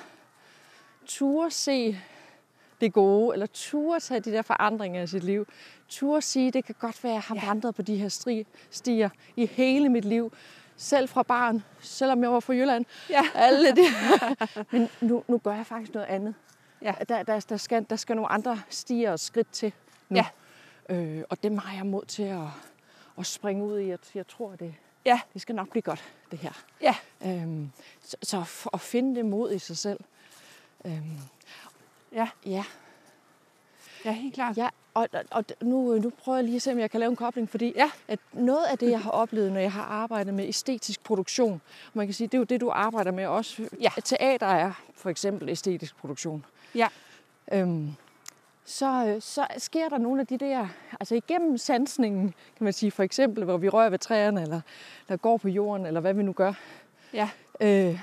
ture se det gode, eller ture tage de der forandringer i sit liv. Ture sige, det kan godt være, at jeg har ja. vandret på de her stri- stier i hele mit liv. Selv fra barn, selvom jeg var fra Jylland. Ja. Alle det. Men nu, nu gør jeg faktisk noget andet. Ja. Der, der, der, skal, der skal nogle andre stier og skridt til nu. Ja. Øh, og det har jeg mod til at, at springe ud i. Jeg, jeg tror, det, ja. det skal nok blive godt, det her. Ja. Øhm, så, så for at finde det mod i sig selv. Øhm, ja. Ja. Ja, helt klart. Ja, og, og nu, nu prøver jeg lige at se, om jeg kan lave en kobling, fordi ja. at noget af det, jeg har oplevet, når jeg har arbejdet med æstetisk produktion, man kan sige, det er jo det, du arbejder med også. Ja. Teater er for eksempel æstetisk produktion. Ja. Øhm, så, så sker der nogle af de der, altså igennem sansningen, kan man sige, for eksempel, hvor vi rører ved træerne, eller der går på jorden, eller hvad vi nu gør. Ja. Øh,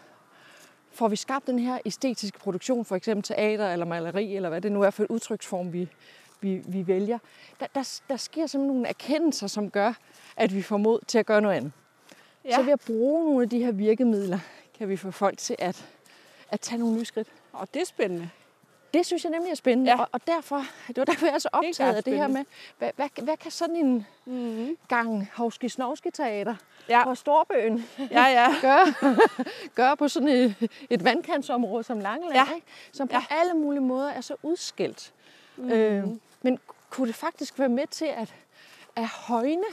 får vi skabt den her æstetiske produktion, for eksempel teater eller maleri, eller hvad det nu er for et udtryksform, vi, vi, vi vælger, der, der, der sker simpelthen nogle erkendelser, som gør, at vi får mod til at gøre noget andet. Ja. Så ved at bruge nogle af de her virkemidler, kan vi få folk til at, at tage nogle nye skridt. Og det er spændende. Det synes jeg nemlig er spændende, ja. og, og derfor, det var derfor, jeg er så optaget af det her med, hvad, hvad, hvad kan sådan en mm-hmm. gang Hovski-Snovski-teater ja. på Storbøen ja, ja. gøre, gøre på sådan et, et vandkantsområde som Langeland, ja. ikke? Som på ja. alle mulige måder er så udskilt. Mm-hmm. Øh, men kunne det faktisk være med til at, at højne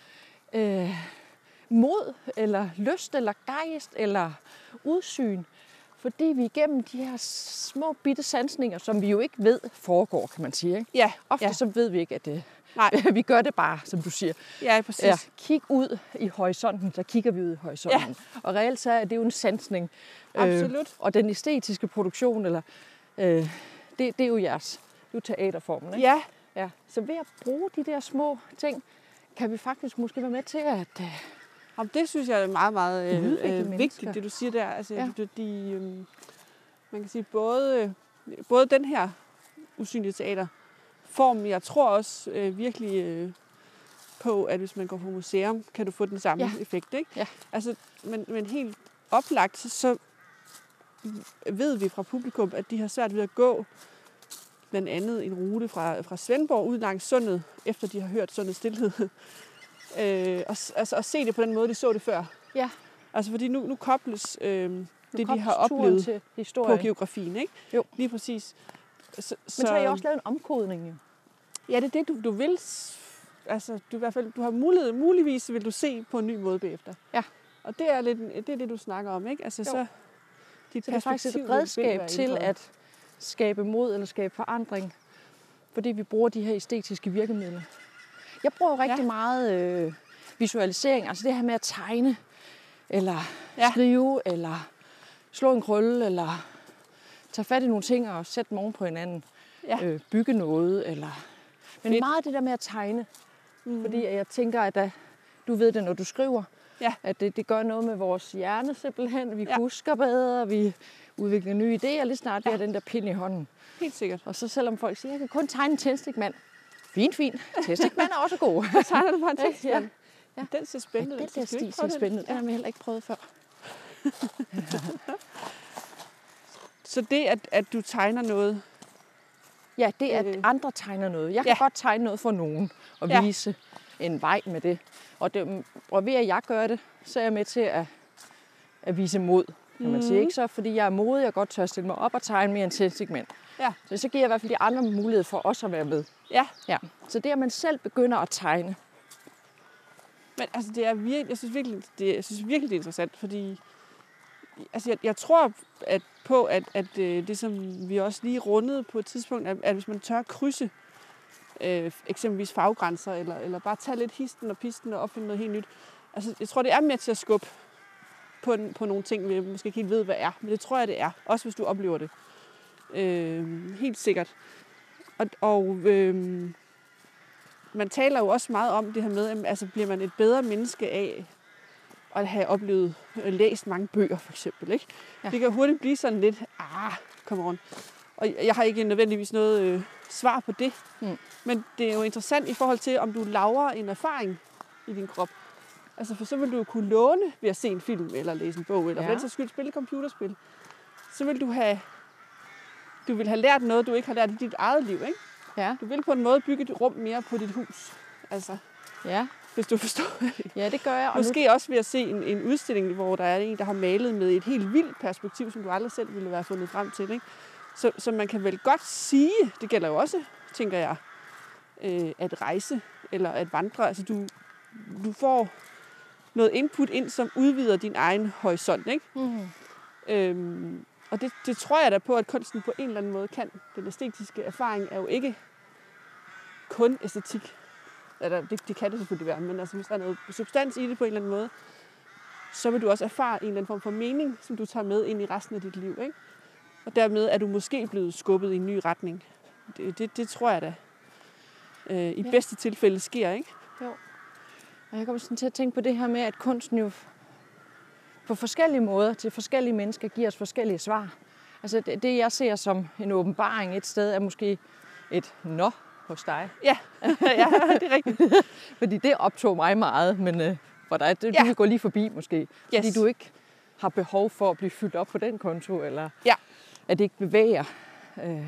øh, mod, eller lyst, eller gejst, eller udsyn, fordi vi igennem de her små bitte sansninger, som vi jo ikke ved foregår, kan man sige. Ikke? Ja, ofte ja. så ved vi ikke, at det, Nej. vi gør det bare, som du siger. Ja, præcis. Ja, kig ud i horisonten, så kigger vi ud i horisonten. Ja. Og reelt så er det jo en sansning. Absolut. Øh, og den æstetiske produktion, eller, øh, det, det er jo jeres. Det er jo teaterformen. Ikke? Ja. Ja. Så ved at bruge de der små ting, kan vi faktisk måske være med til at... Øh, Jamen, det synes jeg er meget, meget øh, vigtigt, det du siger der. Altså, ja. de, de, øh, man kan sige, både, både den her usynlige teaterform, jeg tror også øh, virkelig øh, på, at hvis man går på museum, kan du få den samme ja. effekt. Ikke? Ja. Altså, men, men helt oplagt, så, så ved vi fra publikum, at de har svært ved at gå blandt andet en rute fra, fra Svendborg ud langs sundet, efter de har hørt Sundets Stilhed. Øh, og, altså, at se det på den måde, de så det før. Ja. Altså, fordi nu, nu kobles øh, nu det, de har oplevet på geografien, ikke? Jo. Lige præcis. Så, Men så har I også lavet en omkodning, jo. Ja, det er det, du, du vil. Altså, du, i hvert fald, du har mulighed, muligvis vil du se på en ny måde bagefter. Ja. Og det er, lidt, det er det, du snakker om, ikke? Altså, så, dit så det er faktisk et redskab til at skabe mod eller skabe forandring, fordi vi bruger de her æstetiske virkemidler. Jeg bruger rigtig ja. meget øh, visualisering, altså det her med at tegne eller Ja. skrive, eller slå en krølle, eller tage fat i nogle ting og sætte dem oven på hinanden. Ja. Øh, bygge noget, eller... Men Fedt. meget det der med at tegne. Mm. Fordi jeg tænker, at da, du ved det, når du skriver, Ja. at det, det gør noget med vores hjerne simpelthen. Vi Ja. ja. husker bedre, vi udvikler nye idéer, lige snart vi Ja. har den der pind i hånden. Helt sikkert. Og så selvom folk siger, jeg kan kun tegne en tændstikmand. Fint, fint. Tændstikmand er også god. Så tegner du bare en tekst. Ja. Ja. Den ser spændende ud. Den der Skal vi ikke stil prøve ser den? spændende ud. Den har vi heller ikke prøvet før. Så det, at, at du tegner noget, Ja, det er, Øh. at andre tegner noget. Jeg kan Ja. godt tegne noget for nogen og Ja. vise en vej med det. Og, det. og ved at jeg gør det, så er jeg med til at, at vise mod, kan man sige. Mhm. Ikke så, fordi jeg er modig og godt tør stille mig op og tegne mere en tændstikmand. Ja. Så, så giver jeg i hvert fald de andre mulighed for også at være med. ja. Ja. Så det, at man selv begynder at tegne. Men altså, det er virkelig, jeg synes virkelig, det, jeg synes virkelig, det er interessant, fordi altså, jeg, jeg tror at på, at, at øh, det, som vi også lige rundede på et tidspunkt, at, at hvis man tør krydse øh, eksempelvis faggrænser, eller, eller bare tage lidt histen og pisten og opfinde noget helt nyt, altså, jeg tror, det er med til at skubbe på, en, på nogle ting, vi måske ikke helt ved, hvad er. Men det tror jeg, det er. Også hvis du oplever det. Øh, helt sikkert. Og, og øh, man taler jo også meget om det her med, at altså, bliver man et bedre menneske af at have oplevet, læst mange bøger for eksempel. Ikke? Ja. Det kan hurtigt blive sådan lidt, ah, come on. Og jeg har ikke nødvendigvis noget øh, svar på det. Mm. Men det er jo interessant i forhold til, om du laver en erfaring i din krop. Altså for så vil du jo kunne låne ved at se en film, eller læse en bog, eller Ja. for den sags skyld spille computerspil. Så vil du have, du vil have lært noget, du ikke har lært i dit eget liv. Ikke? Ja, Du vil på en måde bygge et rum mere på dit hus. Altså, ja. hvis du forstår det. Ja, det gør jeg. Og nu, Måske også ved at se en, en udstilling, hvor der er en, der har malet med et helt vildt perspektiv, som du aldrig selv ville være fundet frem til. Ikke? Så, så man kan vel godt sige, det gælder jo også, tænker jeg, øh, at rejse eller at vandre. Altså du, du får noget input ind, som udvider din egen horisont. Ikke? mm, Øhm, og det, det tror jeg da på, at kunsten på en eller anden måde kan. Den æstetiske erfaring er jo ikke kun æstetik. Eller, det, det kan det selvfølgelig være, men altså, hvis der er noget substans i det på en eller anden måde, så vil du også erfare en eller anden form for mening, som du tager med ind i resten af dit liv. Ikke? Og dermed er du måske blevet skubbet i en ny retning. Det, det, det tror jeg da øh, i Ja. bedste tilfælde sker. Ikke? og jeg kommer sådan til at tænke på det her med, at kunsten jo på forskellige måder til forskellige mennesker giver os forskellige svar. Altså det, det jeg ser som en åbenbaring et sted, er måske et nå hos dig. Ja, ja, det er rigtigt. Fordi det optog mig meget, men øh, for dig, det, Ja. du vil gå lige forbi måske. Fordi Yes. du ikke har behov for at blive fyldt op på den konto, eller Ja. at det ikke bevæger. Øh,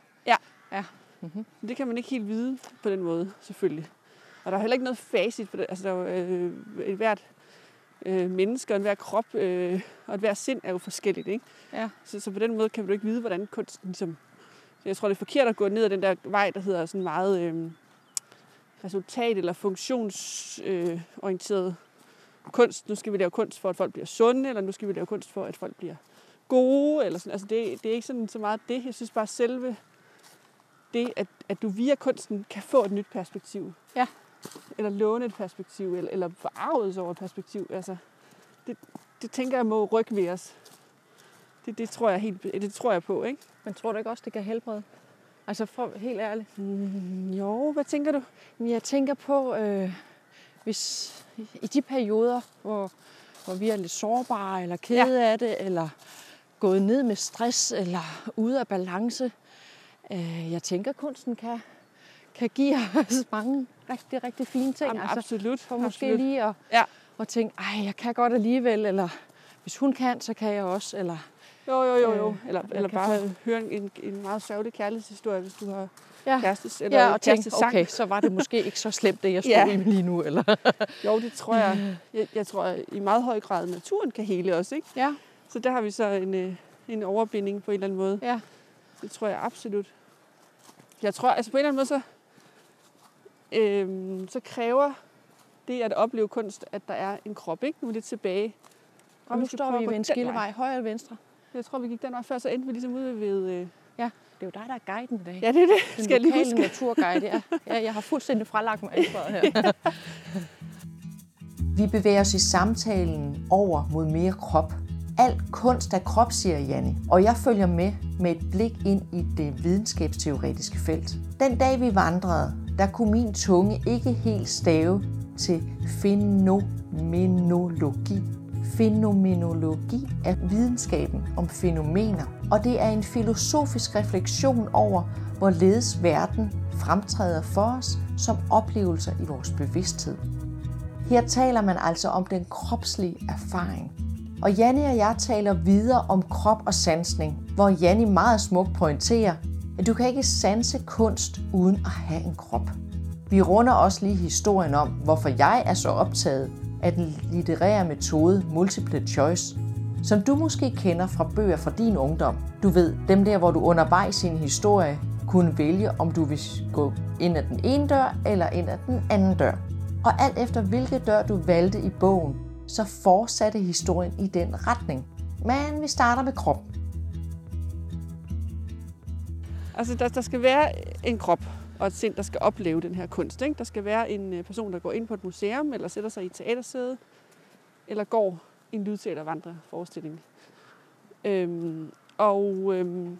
Det kan man ikke helt vide på den måde, selvfølgelig. Og der er heller ikke noget facit på det. Altså, der er jo, øh, et hvert øh, menneske og en hver krop øh, og et hver sind er jo forskelligt. Ikke? ja. Så, så på den måde kan du ikke vide, hvordan kunsten ligesom... Jeg tror, det er forkert at gå ned ad den der vej, der hedder sådan meget øh, resultat- eller funktionsorienteret øh, kunst. Nu skal vi lave kunst for, at folk bliver sunde, eller nu skal vi lave kunst for, at folk bliver gode. Eller sådan. Altså, det, det er ikke sådan så meget det. Jeg synes bare selve det, at, at du via kunsten kan få et nyt perspektiv. Ja. Eller låne et perspektiv, eller, eller forarves over et perspektiv. Altså, det, det tænker jeg må rykke ved os. Det, det, tror jeg helt, det tror jeg på, ikke? Men tror du ikke også, det kan helbrede? Altså for, helt ærligt. Mm, jo, hvad tænker du? Men jeg tænker på, øh, hvis i de perioder, hvor, hvor vi er lidt sårbare, eller kede ja. af det, eller gået ned med stress, eller ude af balance, øh, jeg tænker, kunsten kan, kan give os mange rigtig, rigtig fine ting. Jamen, altså, absolut. for måske absolut. lige at, Ja. at tænke, ej, jeg kan godt alligevel, eller hvis hun kan, så kan jeg også, eller... Jo, jo, jo, jo. Øh, Eller, jeg eller kan bare høre en, en meget sørgelig kærlighedshistorie, hvis du har Ja. kærestes, eller Ja, og tænke, kærestesang. okay, så var det måske ikke så slemt, det jeg stod Ja. i lige nu, eller... Jo, det tror jeg. Jeg, jeg tror at i meget høj grad, naturen kan hele os, ikke? Ja, Så der har vi så en, øh, en overbinding på en eller anden måde. ja. Det tror jeg absolut. Jeg tror, altså på en eller anden måde, så, øhm, så kræver det at opleve kunst, at der er en krop, ikke? Nu er det tilbage. Og nu skal står prøve vi at gå ved en den vej. skillevej, højre eller venstre. Jeg tror, vi gik den vej før, så endte vi ligesom ude ved... Øh... Det er jo dig, der er guiden i dag. Ja, det er det. Den Skal jeg lige lokale huske. naturguide, ja. ja. Jeg har fuldstændig fralagt mig ansvaret her. Vi bevæger os i samtalen over mod mere krop. Al kunst er krop, siger Janni, og jeg følger med med et blik ind i det videnskabsteoretiske felt. Den dag vi vandrede, der kunne min tunge ikke helt stave til fænomenologi. Fænomenologi er videnskaben om fænomener, og det er en filosofisk refleksion over, hvorledes verden fremtræder for os som oplevelser i vores bevidsthed. Her taler man altså om den kropslige erfaring. Og Janni og jeg taler videre om krop og sansning, hvor Janni meget smukt pointerer, at du kan ikke sanse kunst uden at have en krop. Vi runder også lige historien om, hvorfor jeg er så optaget af den litterære metode multiple choice, som du måske kender fra bøger fra din ungdom. Du ved, dem der, hvor du undervejs i en historie kunne vælge, om du vil gå ind ad den ene dør eller ind ad den anden dør. Og alt efter hvilke dør du valgte i bogen, så fortsatte historien i den retning. Men vi starter med krop. Altså, der, der skal være en krop og et sind, der skal opleve den her kunst. Ikke? Der skal være en person, der går ind på et museum, eller sætter sig i et teatersæde, eller går i en lydteatervandreforestilling. Øhm, og øhm,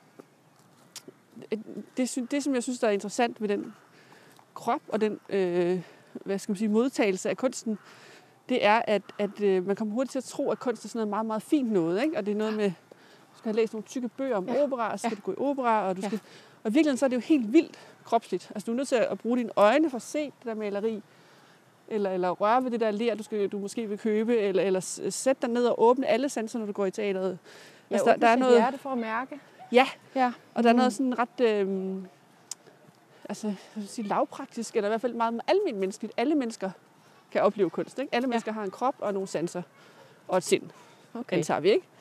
det, det, som jeg synes, der er interessant ved den krop og den øh, hvad skal man sige, modtagelse af kunsten, det er, at, at øh, man kommer hurtigt til at tro, at kunst er sådan noget meget, meget fint noget. Ikke? Og det er noget med, du skal have læst nogle tykke bøger om ja. opera, og så skal ja. du gå i opera, og du skal... Ja. Og i virkeligheden så er det jo helt vildt kropsligt. Altså du er nødt til at bruge dine øjne for at se det der maleri, eller, eller røre ved det der ler, du, skal, du måske vil købe, eller, eller sætte dig ned og åbne alle sanser, når du går i teateret. Ja, altså, der, der er noget hjerte for at mærke. Ja, ja. Og der er noget sådan ret... Øh, altså, jeg vil sige lavpraktisk, eller i hvert fald meget almindeligt menneskeligt. Alle mennesker kan opleve kunst, ikke? Alle ja. mennesker har en krop og nogle sanser og et sind. Okay. Den tager vi, ikke?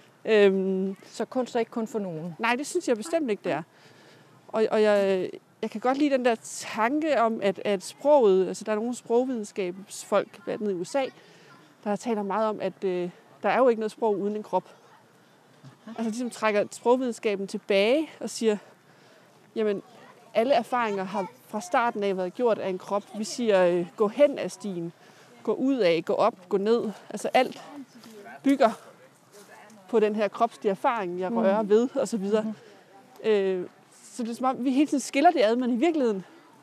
Øhm, så kunst er ikke kun for nogen? Nej, det synes jeg bestemt ikke, det er. Og, og jeg, jeg kan godt lide den der tanke om, at, at sproget, altså der er nogle sprogvidenskabsfolk, blandt andet i U S A, der taler meget om, at øh, der er jo ikke noget sprog uden en krop. Altså de som trækker sprogvidenskaben tilbage og siger, jamen alle erfaringer har fra starten af været gjort af en krop. Vi siger, øh, gå hen af stien, gå ud af, gå op, gå ned. Altså alt bygger på den her kropslige erfaring, jeg rører mm. ved, og så videre. Mm-hmm. Øh, så det er som om, vi hele tiden skiller det ad, men i virkeligheden,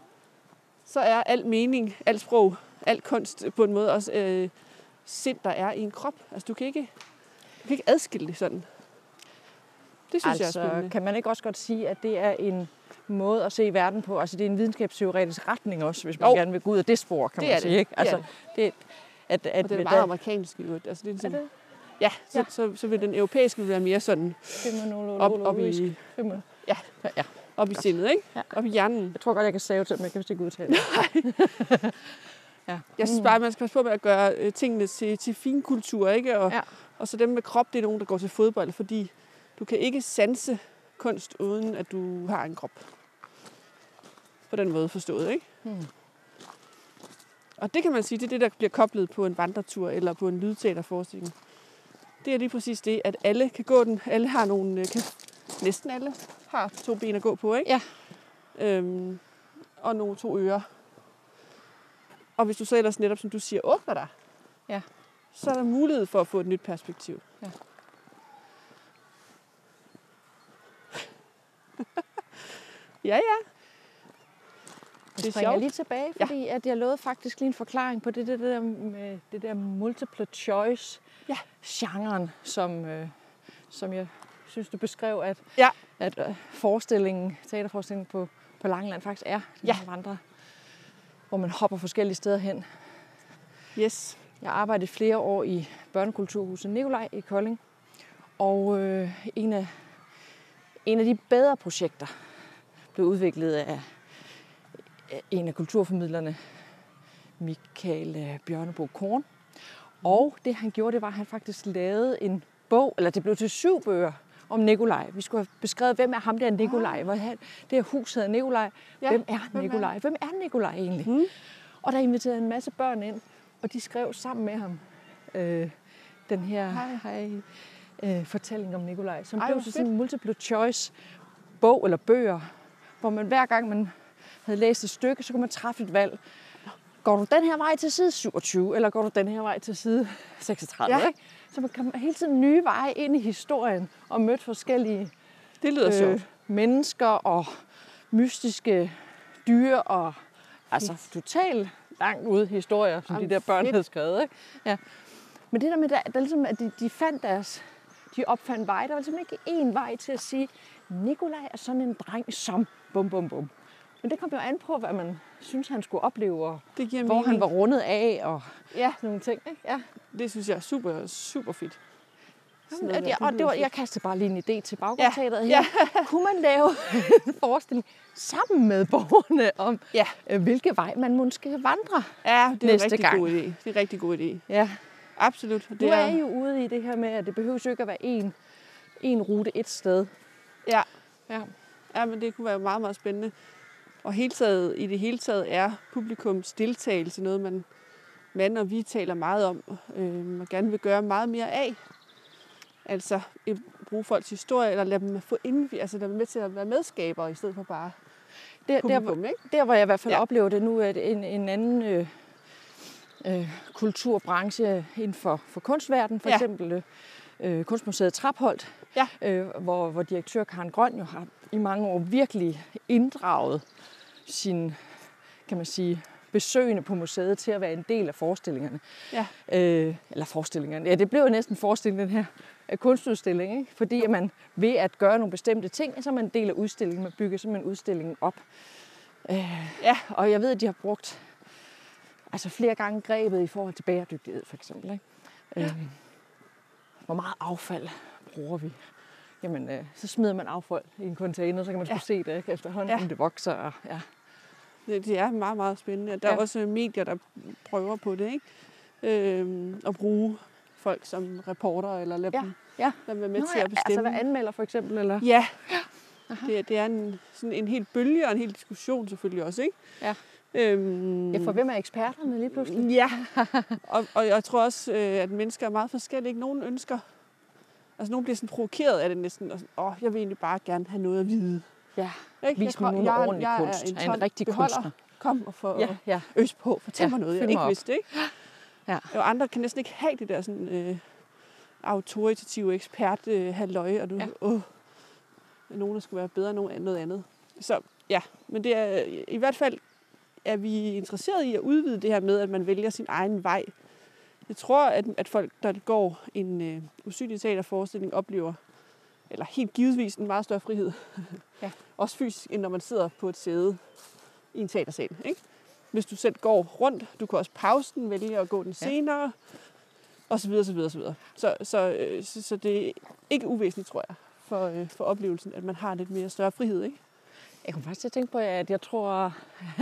så er al mening, al sprog, al kunst på en måde også øh, sind, der er i en krop. Altså du kan ikke, du kan ikke adskille det sådan. Det synes altså, jeg er spændende. Kan man ikke også godt sige, at det er en måde at se verden på? Altså det er en videnskabsteoretisk retning også, hvis man jo. gerne vil gå ud af det spor, kan det man sige. Det. Ikke? Altså, det det. At, at og det er meget da... amerikansk i øvrigt. Altså, det er sådan, er det? Ja, så, ja. Så, så, så vil den europæiske være mere sådan op, op i, ja, ja. op i sindet, ikke? Ja. Op i hjernen. Jeg tror godt, jeg kan save til, men jeg kan vist ikke udtale det. Nej. ja. Jeg synes bare, at man skal passe på med at gøre tingene til, til finkultur, ikke? Og, ja. og så dem med krop, det er nogen, der går til fodbold, fordi du kan ikke sanse kunst, uden at du har en krop. På den måde forstået, ikke? Hmm. Og det kan man sige, det er det, der bliver koblet på en vandretur eller på en lydteaterforestilling. Det er lige præcis det, at alle kan gå den. Alle har nogle, kan, næsten alle har to ben at gå på, ikke? Ja. Øhm, og nogle to ører. Og hvis du så ellers netop, som du siger, åbner dig, ja. så er der mulighed for at få et nyt perspektiv. Ja. ja, ja. Jeg springer lige tilbage, fordi ja. at jeg lovede faktisk lige en forklaring på det, det, der, med det der multiple choice ja. genren, som, øh, som jeg synes, du beskrev, at, ja. at øh, forestillingen, teaterforestillingen på, på Langeland faktisk er ja. vandre, hvor man hopper forskellige steder hen. Yes. Jeg har arbejdet flere år i Børnekulturhuset Nikolaj i Kolding, og øh, en, af, en af de bedre projekter blev udviklet af en af kulturformidlerne, Michael Bjørnebo Korn. Og det han gjorde, det var, at han faktisk lavede en bog, eller det blev til syv bøger om Nikolaj. Vi skulle have beskrevet, hvem er ham der Nikolaj? Hvor det her hus hedder Nikolaj. Ja, hvem er Nikolaj? Hvem er Nikolaj egentlig? Mm. Og der inviterede en masse børn ind, og de skrev sammen med ham øh, den her hej, hej, øh, fortælling om Nikolaj, som Ej, blev til sådan en multiple choice bog eller bøger, hvor man hver gang man havde læst et stykke, så kunne man træffe et valg. går du den her vej til side syvogtyve, eller går du den her vej til side seksogtredive? Ja. Ikke? Så man kan hele tiden nye veje ind i historien og møde forskellige Det lyder øh, sjovt. mennesker og mystiske dyr og altså totalt langt ude historier, som Jamen, de der børn havde skrevet. Ikke? Ja. Men det der med, der, der ligesom, at de, de fandt deres, de opfandt vej, der var simpelthen ikke én vej til at sige, Nikolaj er sådan en dreng som bum bum bum. Men det kom jo an på, hvad man synes, han skulle opleve, og det giver hvor mening. han var rundet af, og ja. sådan nogle ting. Ikke? Ja. Det synes jeg er super, super fedt. Jamen, og det, og det var, jeg kastede bare lige en idé til baggrundsteateret ja. her. Ja. Kunne man lave en forestilling sammen med borgerne om, ja. hvilke vej man måske vandre ja, det er næste en rigtig gang. god idé. Det er en rigtig god idé. Ja. Absolut. Det nu er I jo ude i det her med, at det behøver jo ikke at være en, en rute et sted. Ja. Ja. Ja, men det kunne være meget, meget spændende. Og hele taget, i det hele taget er publikums deltagelse noget, man, man og vi taler meget om, øh, man gerne vil gøre meget mere af. Altså bruge folks historie, eller lade dem få indv- altså lade dem med til at være medskabere, i stedet for bare der, publikum, der, ikke? Der, hvor jeg i hvert fald ja. oplever det nu, at en, en anden øh, øh, kulturbranche inden for, for kunstverdenen, for ja. eksempel øh, Kunstmuseet Trapholt, ja. øh, hvor, hvor direktør Karen Grøn jo har i mange år virkelig inddraget sin, kan man sige, besøgende på museet til at være en del af forestillingerne. Ja. Øh, eller forestillingerne. Ja, det blev jo næsten forestilling, den her kunstudstilling, ikke? Fordi at man ved at gøre nogle bestemte ting, så er man en del af udstillingen, man bygger simpelthen udstillingen op. Øh, ja, og jeg ved, at de har brugt altså flere gange grebet i forhold til bæredygtighed, for eksempel. Ikke? Ja. Øh, hvor meget affald bruger vi? Jamen, øh, så smider man affald i en container, så kan man ja. se det ikke? Efterhånden, ja. det vokser. Og, ja. det, det er meget, meget spændende. Der er ja. også medier, der prøver på det, ikke? Øh, at bruge folk som reporter, eller lade ja. dem ja. lade dem med Nå, til at bestemme. Altså være anmelder, for eksempel? Eller? Ja, det, det er en, sådan en helt bølge og en hel diskussion selvfølgelig også, ikke? Ja. Øhm, ja, for hvem er eksperterne lige pludselig? Ja, og, og jeg tror også, at mennesker er meget forskellige. Ikke? Nogen ønsker, altså nogen bliver sådan provokeret af det næsten, og sådan, åh, jeg vil egentlig bare gerne have noget at vide. Ja, ikke? vis mig nogle ordentlig jeg kunst. Jeg er en, en rigtig beholder. kunstner. Kom og få ja, ja. øs på, fortæl ja, mig noget, jeg ikke op. vidste, ikke? Ja. Og andre kan næsten ikke have det der sådan øh, autoritative ekspert øh, halløj, og du, ja. åh, nogen der skulle være bedre end noget andet. Så ja, men det er i hvert fald er vi interesseret i at udvide det her med, at man vælger sin egen vej. Jeg tror, at, at folk, der går en øh, usynlig teaterforestilling, oplever, eller helt givetvis, en meget større frihed. Ja. Også fysisk, end når man sidder på et sæde i en teatersal. Ikke? Hvis du selv går rundt, du kan også pause den, vælge at gå den senere, ja. og så videre, så videre, så videre. Så, så, øh, så, så det er ikke uvæsentligt, tror jeg, for, øh, for oplevelsen, at man har lidt mere større frihed, ikke? Jeg kunne faktisk tænke på, at jeg tror,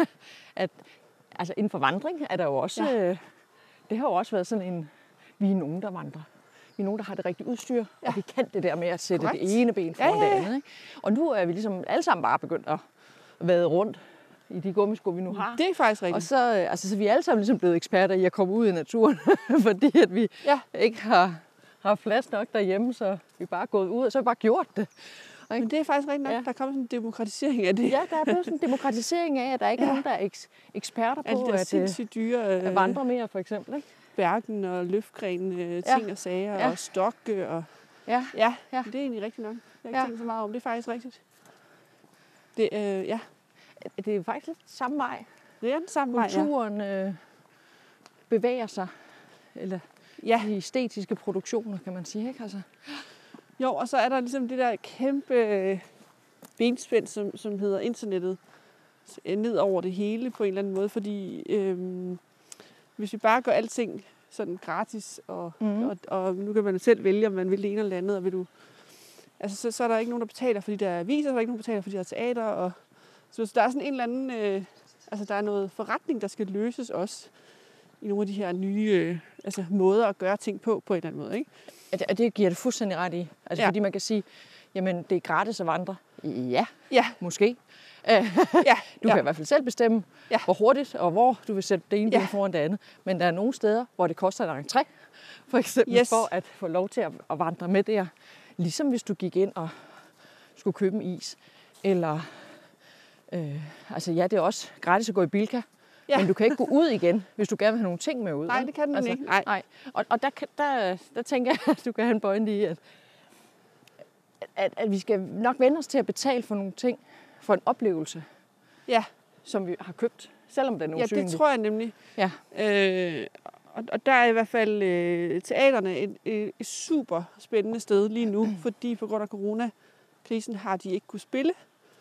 at altså inden for vandring er der jo også, ja. øh, det har jo også været sådan en, vi er nogen, der vandrer. Vi er nogen, der har det rigtige udstyr, ja. og vi kan det der med at sætte Correct. det ene ben foran ja, ja, ja. det andet. Ikke? Og nu er vi ligesom alle sammen bare begyndt at vade rundt i de gummisko, vi nu har. Det er faktisk rigtigt. Og så, altså, så vi er alle sammen ligesom blevet eksperter i at komme ud i naturen, fordi at vi ja. ikke har, har plads nok derhjemme, så vi er bare gået ud, og så har vi bare gjort det. Men det er faktisk rigtigt nok, ja. der er kommet sådan en demokratisering af det. Ja, der er blevet sådan en demokratisering af, at der ikke ja. er nogen, der er eks- eksperter på at, at, dyre, at vandre mere, for eksempel. Ikke? Bærken og løftgren, ting ja. og sager ja. og stokke. Og... Ja. Ja, ja, det er egentlig rigtigt nok. Jeg har ikke ja. tænkt så meget om, det er faktisk rigtigt. Det, øh, ja. det er faktisk lidt samme vej. Det er den samme vej, ja. Kulturen øh, bevæger sig, eller ja. de æstetiske produktioner, kan man sige, ikke? Altså. Jo, og så er der ligesom det der kæmpe benspænd, som, som hedder internettet, ned over det hele på en eller anden måde, fordi øhm, hvis vi bare gør alting sådan gratis, og, mm. og, og nu kan man selv vælge, om man vil det ene eller andet, og vil du, altså, så, så er der ikke nogen, der betaler, fordi der er aviser, så er der ikke nogen, der betaler, fordi der er teater, og så, så der er sådan en eller anden, øh, altså der er noget forretning, der skal løses også, i nogle af de her nye øh, altså, måder at gøre ting på, på en eller anden måde, ikke? Og det giver det fuldstændig ret i. Altså, ja. Fordi man kan sige, jamen det er gratis at vandre. Ja, ja. måske. ja. Du kan ja. i hvert fald selv bestemme, ja. hvor hurtigt og hvor du vil sætte det ene ben ja. foran det andet. Men der er nogle steder, hvor det koster en entré, for eksempel, yes. for at få lov til at, at vandre med der. Ligesom hvis du gik ind og skulle købe en is. Eller, øh, altså ja, det er også gratis at gå i Bilka. Ja. Men du kan ikke gå ud igen, hvis du gerne vil have nogle ting med ud. Nej, vel? det kan den ikke. Nej. nej. Og, og der, kan- der, der tænker jeg, at du kan have en pointe i, at, at, at vi skal nok vende os til at betale for nogle ting, for en oplevelse, Ja, som vi har købt, selvom den er ja usynlig. det tror jeg nemlig. Ja. Øh, og, og der er i hvert fald øh, teaterne et, et, et super spændende sted lige nu, fordi på grund af coronakrisen har de ikke kunne spille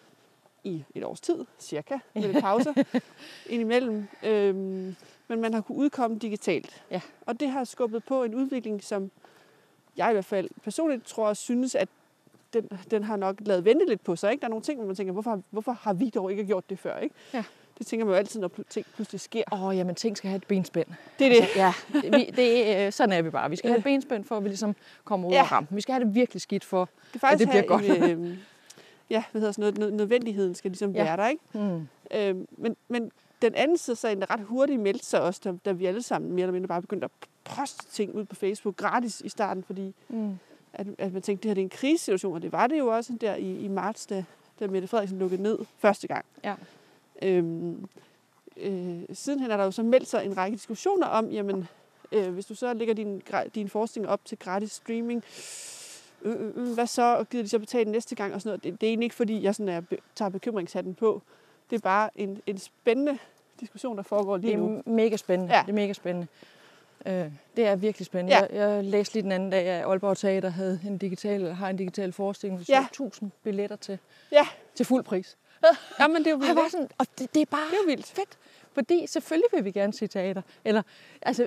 i et års tid, cirka, med lidt pauser indimellem. Øhm, men man har kunne udkomme digitalt. Ja. Og det har skubbet på en udvikling, som jeg i hvert fald personligt tror, synes, at den, den har nok lavet vente lidt på sig. Ikke? Der er nogle ting, hvor man tænker, hvorfor, hvorfor har vi dog ikke gjort det før? Ikke? Ja. Det tænker man jo altid, når ting pludselig sker. Åh, oh, jamen ting skal have et benspænd. Det er det. Altså, ja, vi, det er, sådan er vi bare. Vi skal have et benspænd, for at vi ligesom kommer ud Ja. af rampen. Vi skal have det virkelig skidt for, Det er faktisk at det bliver godt. En, øh, ja, hvad hedder sådan noget, nødvendigheden skal ligesom Ja. være der, ikke? Mm. Øh, men, men den anden side så er ret hurtigt meldte sig også, da, da vi alle sammen mere eller mindre bare begyndte at poste ting ud på Facebook gratis i starten, fordi Mm. at, at man tænkte, at det her det er en krisesituation, og det var det jo også der i, i marts, da, da Mette Frederiksen lukkede ned første gang. Ja. Øhm, øh, sidenhen er der jo så meldt sig en række diskussioner om, jamen, øh, hvis du så lægger din, gra- din forskning op til gratis streaming, øh, øh, øh, hvad så, og gider de så betale næste gang og sådan noget. Det, det er egentlig ikke, fordi jeg sådan er, be- tager bekymringshatten på. Det er bare en, en spændende diskussion, der foregår lige Det nu. er mega spændende. Ja. Det er mega spændende. Øh, det er virkelig spændende. Ja. Jeg, jeg læste lige den anden dag, at Aalborg Teater havde en digital, har en digital forestilling, Ja. ja. tusind billetter til, Ja, til fuld pris. jamen det er jo Og jeg vildt. var ikke? sådan, og det, det er bare Det er jo vildt. fedt. Fordi selvfølgelig vil vi gerne se teater. Eller, altså,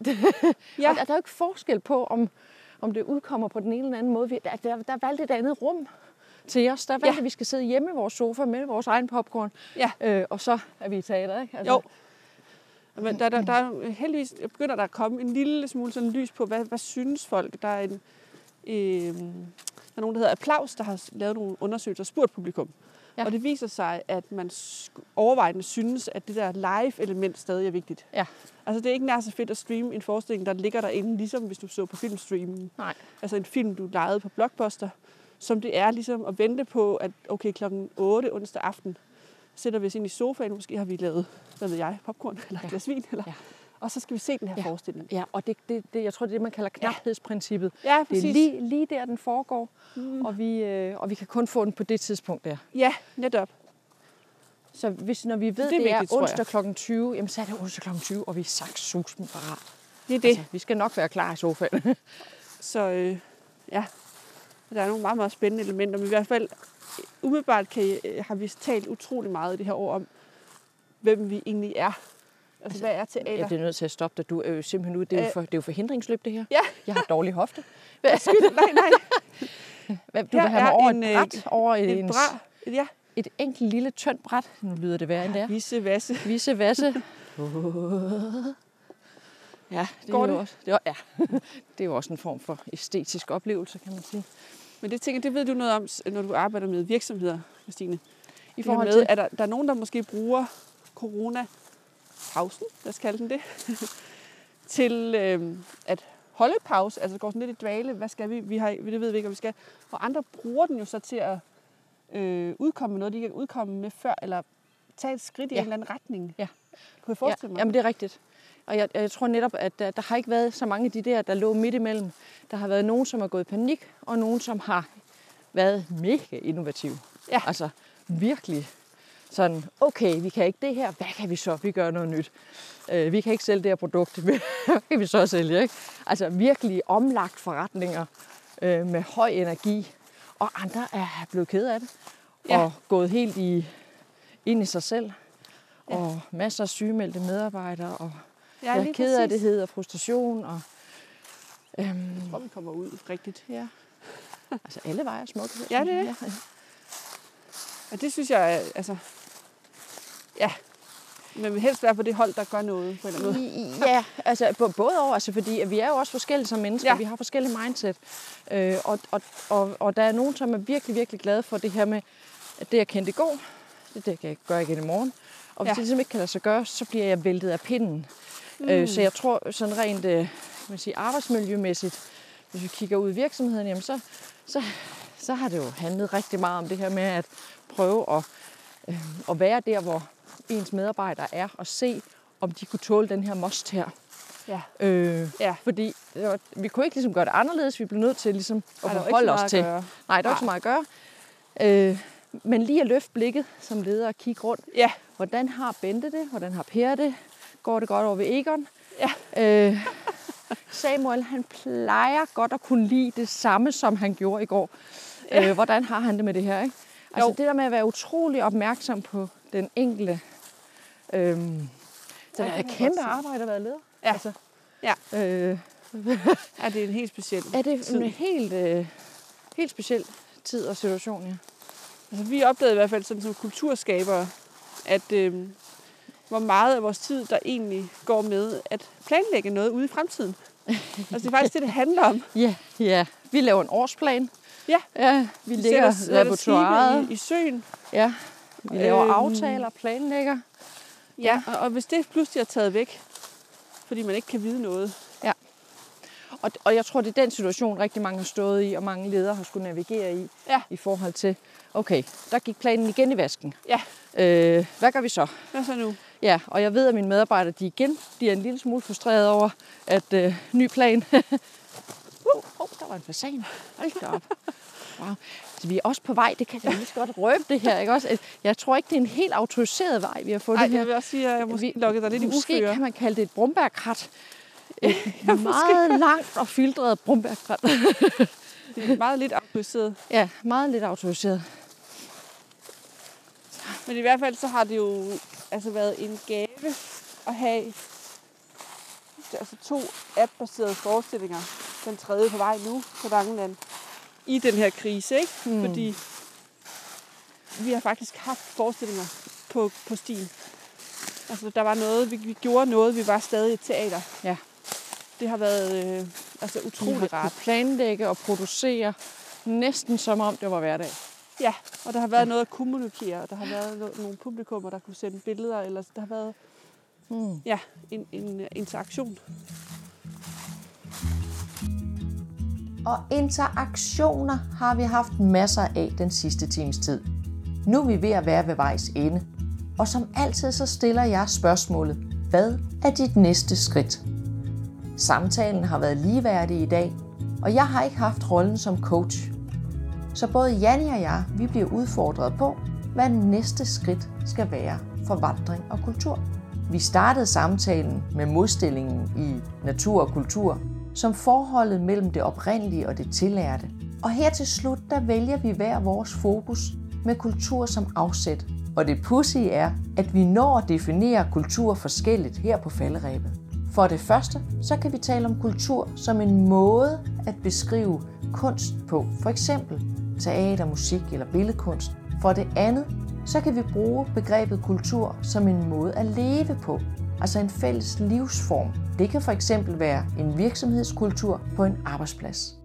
Ja. og der, der er jo ikke forskel på, om, om det udkommer på den ene eller anden måde. Vi, der, der, der er valgt et andet rum til os. Der er valgt, Ja. at vi skal sidde hjemme i vores sofa med vores egen popcorn. Ja. Øh, og så er vi i teater, ikke? Altså, Jo. Men der, der, der er heldigvis begynder der at komme en lille smule sådan lys på, hvad, hvad synes folk? Der er, en, øh, der er nogen, der hedder Applaus, der har lavet nogle undersøgelser og spurgt publikum. Ja. Og det viser sig, at man sk- overvejende synes, at det der live-element stadig er vigtigt. Ja. Altså det er ikke nær så fedt at streame en forestilling, der ligger derinde, ligesom hvis du så på filmstreamen. Nej. Altså en film, du lejede på Blockbuster, som det er ligesom at vente på, at okay, klokken otte onsdag aften, sætter vi os ind i sofaen, måske har vi lavet, hvad ved jeg, popcorn eller et Ja. glas vin, eller, Ja. og så skal vi se den her Ja. forestilling. Ja, og det, det, det, jeg tror, det er det, man kalder knaphedsprincippet. Ja, Det præcis. er lige, lige der, den foregår, Mm. og, vi, øh, og vi kan kun få den på det tidspunkt der. Ja, netop. Så hvis, når vi ved, Det er det er, vigtigt, det tror er jeg. onsdag klokken tyve, jamen så er det onsdag klokken tyve, og vi er sakssusmen parat. Det er det. Altså, vi skal nok være klar i sofaen. Så øh, ja, der er nogle meget, meget spændende elementer, men i hvert fald umiddelbart kan, øh, har vi talt utrolig meget i det her år om, hvem vi egentlig er. Altså, hvad er teater? Jeg bliver nødt til at stoppe dig. Du er jo simpelthen ude. Det er jo, Øh. for, det er jo forhindringsløb, det her. Ja, Jeg har dårlig hofte. skyld, nej, nej. Hvad, du Her vil have mig er over en, et øh, bræt, over et, En en, bra. Ja, et enkelt lille tyndt bræt. Nu lyder det værre end det er. visse vasse. Visse vasse. Ja, det Går er jo det? også, det er, ja. Det er jo også en form for æstetisk oplevelse, kan man sige. Men det tænker, det ved du noget om, når du arbejder med virksomheder, Christine. I Det her forhold med, til, at der, der er nogen, der måske bruger corona-pausen, lad os kalde den det, til øh, at holde pause, altså går sådan lidt i dvale, hvad skal vi, vi har, det ved vi ikke, hvad vi skal. Og andre bruger den jo så til at øh, udkomme med noget, de ikke kan udkomme med før, eller tage et skridt i Ja. en eller anden retning. Ja. Kunne jeg forestille ja, mig? jamen det er rigtigt. Og jeg, jeg tror netop, at der, der har ikke været så mange af de der, der lå midt imellem. Der har været nogen, som har gået i panik, og nogen, som har været mega innovative. Ja. Altså virkelig sådan, okay, vi kan ikke det her, hvad kan vi så? Vi gør noget nyt. Øh, vi kan ikke sælge det her produkt, hvad kan vi så sælge? Ikke? Altså virkelig omlagt forretninger øh, med høj energi, og andre er blevet ked af det, Ja. og gået helt i, ind i sig selv, Ja. og masser af sygemeldte medarbejdere, og ja, ja, lige kederlighed og frustration. Og, øhm, Jeg tror, vi kommer ud rigtigt. ja. Altså alle veje er smukke. Ja, det er det. Ja. Og det synes jeg, er, altså, ja, men vil helst være på det hold, der gør noget på en eller anden måde. I- Ja, altså b- både over, altså fordi at vi er jo også forskellige som mennesker, Ja. ja. Vi har forskellige mindset, øh, og, og, og, og der er nogen, som er virkelig, virkelig glade for det her med, at det jeg kendte i går, det, det kan jeg gøre igen i morgen, og hvis Ja. ja. det ligesom ikke kan lade sig gøre, så bliver jeg væltet af pinden. Mm. Øh, så jeg tror sådan rent øh, kan man sige, arbejdsmiljømæssigt, hvis vi kigger ud i virksomheden, jamen så, så, så har det jo handlet rigtig meget om det her med at prøve at, øh, at være der, hvor ens medarbejdere er, og se, om de kunne tåle den her most her. Ja. Øh, Ja. Fordi det var, vi kunne ikke ligesom gøre det anderledes, vi blev nødt til ligesom at Ej, der var forholde ikke så os til. meget at gøre. Nej, der var ikke så meget at gøre. Øh, men lige at løfte blikket som leder og kigge rundt. Ja. Hvordan har Bente det? Hvordan har Per det? Går det godt over ved Egon? Ja. Øh, Samuel, han plejer godt at kunne lide det samme, som han gjorde i går. Ja. Øh, hvordan har han det med det her, ikke? Altså Jo. det der med at være utrolig opmærksom på den enkelte. Øhm, så det er et kæmpe arbejde at være leder. Ja. Altså, Ja. øh, Ja, det er en helt speciel er det tid. en helt, øh, helt speciel tid og situation, ja. Altså, vi oplevede i hvert fald sådan som kulturskabere, at øh, hvor meget af vores tid, der egentlig går med at planlægge noget ude i fremtiden. Altså det er faktisk det, det handler om. Ja, ja. Vi laver en årsplan. Ja. Ja, vi lægger sætter- sætter skibe laboratoriet. i, i søen. Ja, vi laver Øhm. aftaler, planlægger. Ja, og, og hvis det pludselig er taget væk, fordi man ikke kan vide noget. Og, og jeg tror, det er den situation, rigtig mange har stået i, og mange ledere har skulle navigere i, Ja. i forhold til, okay, der gik planen igen i vasken. Ja. Øh, hvad gør vi så? Hvad så nu? Ja, og jeg ved, at mine medarbejdere, de igen bliver en lille smule frustreret over, at øh, ny plan. uh, oh, der var en fasan. Hold da op. Wow. Så vi er også på vej, det kan jeg lige så godt røbe det her, ikke også? Jeg tror ikke, det er en helt autoriseret vej, vi har fundet Nej, her. jeg vil også sige, at jeg måske Vi- lukket dig lidt i Måske uføre. kan man kalde det et brumbærkrat. Et meget langt og filtreret brumbærkrat. Det er meget lidt autoriseret. Ja, meget lidt autoriseret. Men i hvert fald så har det jo altså været en gave at have altså to app-baserede forestillinger. Den tredje på vej nu på Langeland. I den her krise, ikke? Hmm. Fordi vi har faktisk haft forestillinger på, på stien. Altså der var noget, vi, vi gjorde noget, vi var stadig et teater. Ja. Det har været øh, altså Vi utrolig har rart. kunnet planlægge og producere næsten som om det var hverdag. Ja, og der har været noget at kommunikere, og der har været no- nogle publikummer, der kunne sende billeder, eller der har været Hmm. ja, en, en interaktion. Og interaktioner har vi haft masser af den sidste times tid. Nu er vi ved at være ved vejs ende. Og som altid så stiller jeg spørgsmålet, hvad er dit næste skridt? Samtalen har været ligeværdig i dag, og jeg har ikke haft rollen som coach. Så både Janni og jeg, vi bliver udfordret på, hvad næste skridt skal være for vandring og kultur. Vi startede samtalen med modstillingen i natur og kultur, som forholdet mellem det oprindelige og det tillærte. Og her til slut, der vælger vi hver vores fokus med kultur som afsæt. Og det pudsige er, at vi når at definere kultur forskelligt her på falderebet. For det første, så kan vi tale om kultur som en måde at beskrive kunst på, for eksempel teater, musik eller billedkunst. For det andet, så kan vi bruge begrebet kultur som en måde at leve på, altså en fælles livsform. Det kan for eksempel være en virksomhedskultur på en arbejdsplads.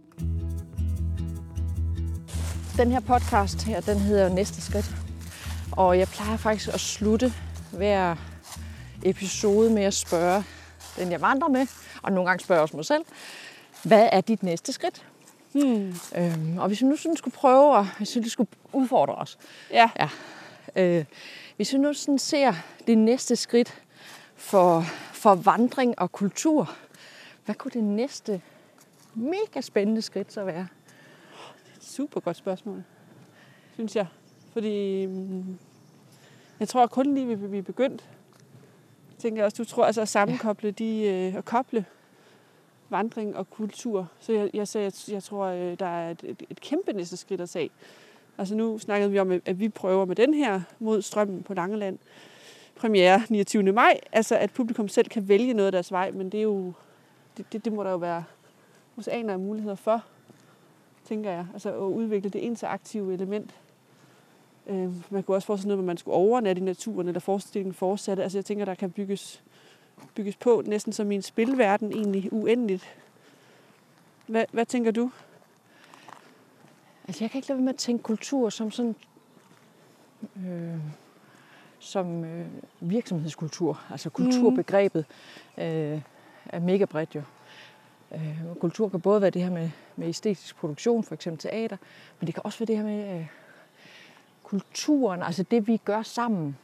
Den her podcast her, den hedder Næste Skridt. Og jeg plejer faktisk at slutte hver episode med at spørge den, jeg vandrer med, og nogle gange spørger jeg også mig selv, hvad er dit næste skridt? Hmm. Øhm, og hvis vi nu sådan skulle prøve, og hvis vi skulle udfordre os, Ja. ja, øh, hvis vi nu sådan ser det næste skridt for, for vandring og kultur, hvad kunne det næste mega spændende skridt så være? Super godt spørgsmål, synes jeg. Fordi mm, jeg tror kun lige, vi, vi er begyndt. Tænker jeg også, du tror altså at sammenkoble de, øh, at koble vandring og kultur. Så jeg, jeg, jeg, jeg tror, øh, der er et, et, et kæmpe næste skridt at tage. Altså nu snakkede vi om, at vi prøver med den her mod strømmen på Langeland. Premiere niogtyvende maj. Altså at publikum selv kan vælge noget af deres vej, men det er jo, det, det, det må der jo være oceaner af muligheder for, tænker jeg. Altså at udvikle det interaktive element. Øh, man kunne også forestille noget, at man skulle overnatte i naturen, eller forestillingen fortsatte. Altså jeg tænker, der kan bygges, bygges på næsten som i en spilverden egentlig uendeligt. Hvad, hvad tænker du? Altså jeg kan ikke lade være med at tænke kultur som sådan øh, som øh, virksomhedskultur. Altså kulturbegrebet øh, er mega bredt jo. Øh, kultur kan både være det her med, med æstetisk produktion, for eksempel teater, men det kan også være det her med øh, kulturen, altså det vi gør sammen.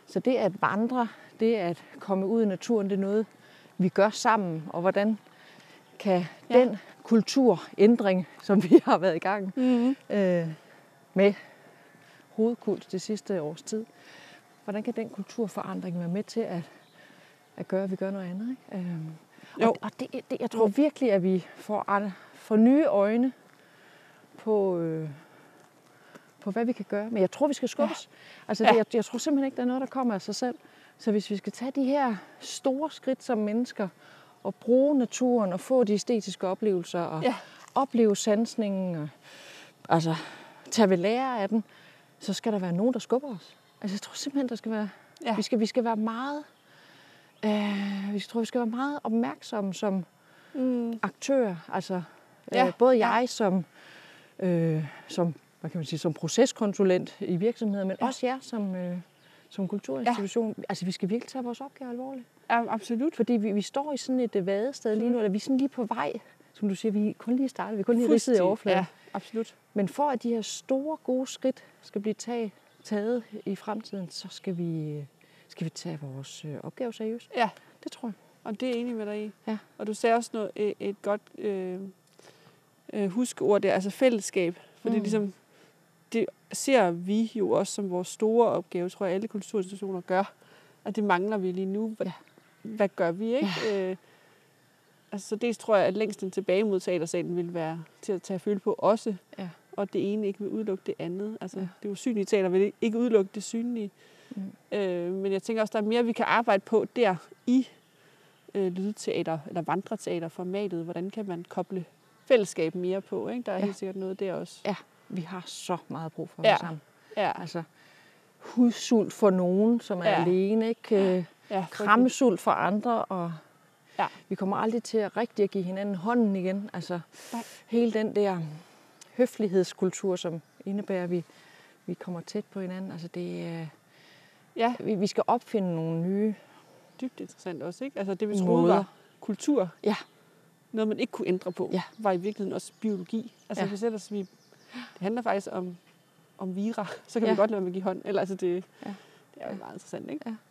Så det at vandre, det at komme ud i naturen, det er noget, vi gør sammen. Og hvordan kan ja. den kulturændring, som vi har været i gang Mm-hmm. øh, med hovedkult det sidste års tid, hvordan kan den kulturforandring være med til at, at gøre, at vi gør noget andet? Ikke? Øhm, Jo. og og det, det, jeg tror virkelig, at vi får, får nye øjne på, øh, på, hvad vi kan gøre. Men jeg tror, vi skal skubbes. Ja. Altså, det, Ja. jeg, jeg tror simpelthen ikke, der er noget, der kommer af sig selv. Så hvis vi skal tage de her store skridt som mennesker, og bruge naturen, og få de æstetiske oplevelser, og Ja. opleve sansningen, og altså, tage ved lære af den, så skal der være nogen, der skubber os. Altså, jeg tror simpelthen, der skal være... Ja. Vi, skal, vi skal være meget... Øh, vi tror, vi skal være meget opmærksomme som Mm. aktører. Altså, Ja. øh, både Ja. jeg som, øh, som, hvad kan man sige, som proceskonsulent i virksomheder, men Ja. også jer som, øh, som kulturinstitution. Ja. Altså, vi skal virkelig tage vores opgave alvorligt. Ja, absolut. Fordi vi, vi står i sådan et vadested lige nu, eller vi er sådan lige på vej. Som du siger, vi er kun lige startet, vi er kun lige ridset i overfladen. Ja, absolut. Men for at de her store, gode skridt skal blive taget, taget i fremtiden, så skal vi, skal vi tage vores øh, opgave seriøst. Ja, Det tror jeg. og det er jeg enig med dig i. Ja. Og du sagde også noget, et, et godt øh, øh, huskeord der, altså fællesskab. For mm. det er ligesom, det ser vi jo også som vores store opgave, tror jeg, alle kulturinstitutioner gør. Og det mangler vi lige nu. Hvad, Ja. hvad gør vi, ikke? Ja. Øh, altså, så dels tror jeg, at længst den tilbage mod teatersalen vil være til at tage føle på også. Ja. Og det ene ikke vil udelukke det andet. Altså, Ja. det usynlige teater vil ikke udelukke det synlige. Mm. Øh, men jeg tænker også, der er mere, vi kan arbejde på der i øh, lydteater eller vandreteaterformatet. Hvordan kan man koble fællesskab mere på? Ikke? Der er Ja. helt sikkert noget der også. Ja, vi har så meget brug for Ja. det sammen. Ja, Altså, hudsult for nogen, som er Ja. alene, ikke? Øh, ja, Krammesult for andre, og Ja. vi kommer aldrig til at rigtig at give hinanden hånden igen. Altså, Nej. hele den der høflighedskultur, som indebærer, at vi, vi kommer tæt på hinanden. Altså, det, øh, ja, vi, vi skal opfinde nogle nye dybt interessant også. Ikke? Altså det, vi troede måder. var kultur, Ja. noget man ikke kunne ændre på, Ja. var i virkeligheden også biologi. Altså Ja. hvis ellers vi, det handler faktisk om, om vira, så kan Ja. vi godt lade med at give hånd. Eller, altså det, Ja. det er jo meget interessant, ikke? Ja.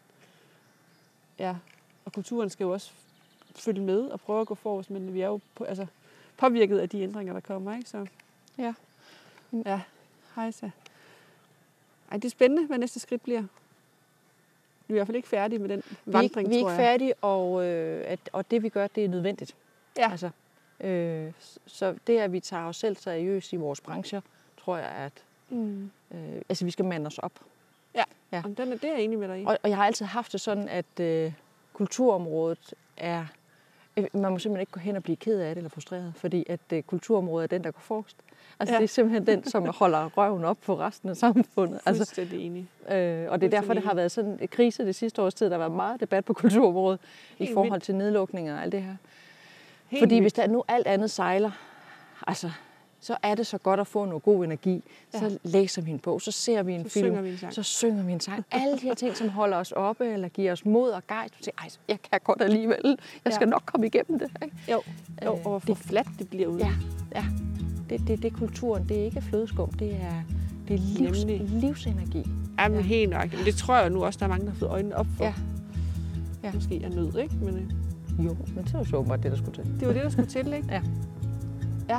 Ja, og kulturen skal jo også følge med og prøve at gå forrest, men vi er jo på, altså, påvirket af de ændringer, der kommer, ikke? Så, Ja. ja, hej så. Ej, det er spændende, hvad næste skridt bliver. Vi er i hvert fald ikke færdige med den Vi er vandring, ikke, vi er tror ikke jeg. færdige, og, øh, at, og det vi gør, det er nødvendigt. Ja. Altså, øh, så det, at vi tager os selv seriøst i vores brancher, tror jeg, at Mm. øh, altså, vi skal mande os op. Ja, Ja. Jamen, den er, det er jeg enig med dig i. Og, og jeg har altid haft det sådan, at øh, kulturområdet er... øh, Man må simpelthen ikke gå hen og blive ked af det eller frustreret, fordi at øh, kulturområdet er den, der går forrest. Altså, Ja. ja. Det er simpelthen den, som holder røven op på resten af samfundet. Altså, Fuldstændig enig. øh, og det er derfor, det enig. har været sådan en krise det sidste års tid. Der har været meget debat på kulturområdet i Helt forhold vildt. til nedlukninger og alt det her. Helt Fordi vildt. hvis der nu alt andet sejler, altså, så er det så godt at få noget god energi. Ja. Så læser vi en bog, så ser vi en Så film, synger vi en sang. så synger vi en sang. Alle de her ting, som holder os oppe, eller giver os mod og gejst. Du siger, ej, jeg kan godt alligevel. Jeg skal Ja. nok komme igennem det. Ikke? Jo, jo Øh, og hvor det- fladt det bliver ude. Ja, ja. Det, det, det er kulturen. Det er ikke flødeskum. Det er, det er livs, Nemlig. livsenergi. Jamen, Ja. helt nøjagtigt. Men det tror jeg nu også, der er mange, der har fået øjnene op for. Ja. Ja. Måske er nød, ikke? Men øh, Jo, men det var så åbenbart det, der skulle til. det var det, der skulle til, ikke? Ja. Ja.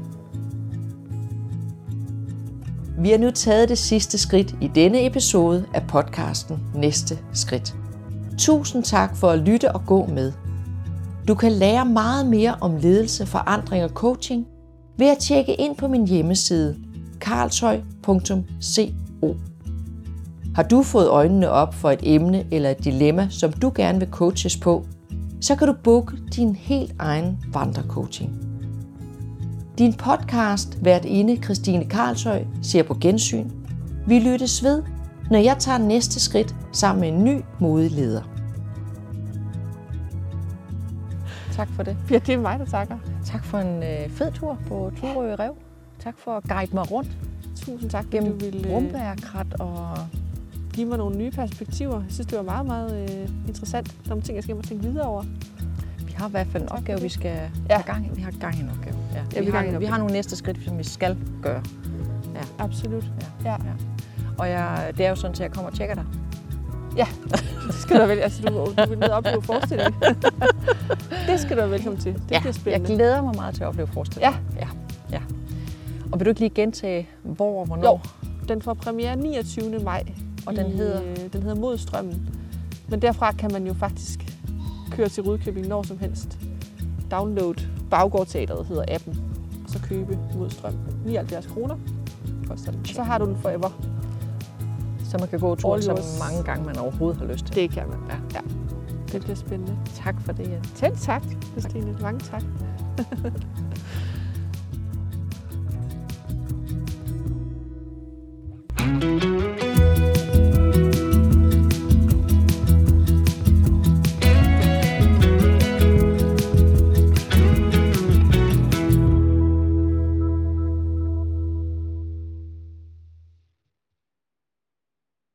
Vi har nu taget det sidste skridt i denne episode af podcasten Næste Skridt. Tusind tak for at lytte og gå med. Du kan lære meget mere om ledelse, forandring og coaching ved at tjekke ind på min hjemmeside karlshøj punktum co. Har du fået øjnene op for et emne eller et dilemma, som du gerne vil coaches på, så kan du booke din helt egen vandrecoaching. Din podcast værtinde Christine Karlshøj siger på gensyn. Vi lyttes ved, når jeg tager næste skridt sammen med en ny modig leder. Tak for det. Ja, det er mig, der takker. Tak for en øh, fed tur på Turø Rev. Tak for at guide mig rundt Tusind tak, fordi gennem du ville øh, brumbærkrat og... give mig nogle nye perspektiver. Jeg synes, det var meget, meget øh, interessant. Nogle ting, jeg skal hjem og tænke videre over. Vi har i hvert fald en Tak for opgave, det. vi skal Ja. have gang i. Vi har gang i en opgave. Ja. Ja, vi, vi har har, gang i en vi opgave. har nogle næste skridt, som vi skal gøre. Absolut. Ja. Ja. Og jeg, det er jo sådan, at jeg kommer og tjekker dig. Ja, det skal du vel. Altså, du, du vil ned og opleve forestillingen. Det skal du være velkommen til. Det ja, bliver spændende. Jeg glæder mig meget til at opleve forestillingen. Ja. ja. ja. Og vil du ikke lige gentage, hvor og hvornår? Jo, den får premiere niogtyvende maj. Og den i, hedder? Den hedder Mod Strømmen. Men derfra kan man jo faktisk køre til Rudkøbing når som helst. Download Baggårdteatret hedder appen. Og så købe Mod Strømmen. nioghalvfjerds kroner koster den. Og så har du den forever. Så man kan gå turen så yours. mange gange, man overhovedet har lyst til. Det kan man. Ja. ja. Det bliver spændende. Tak for det, Jan. Selv tak, Christine. Mange tak.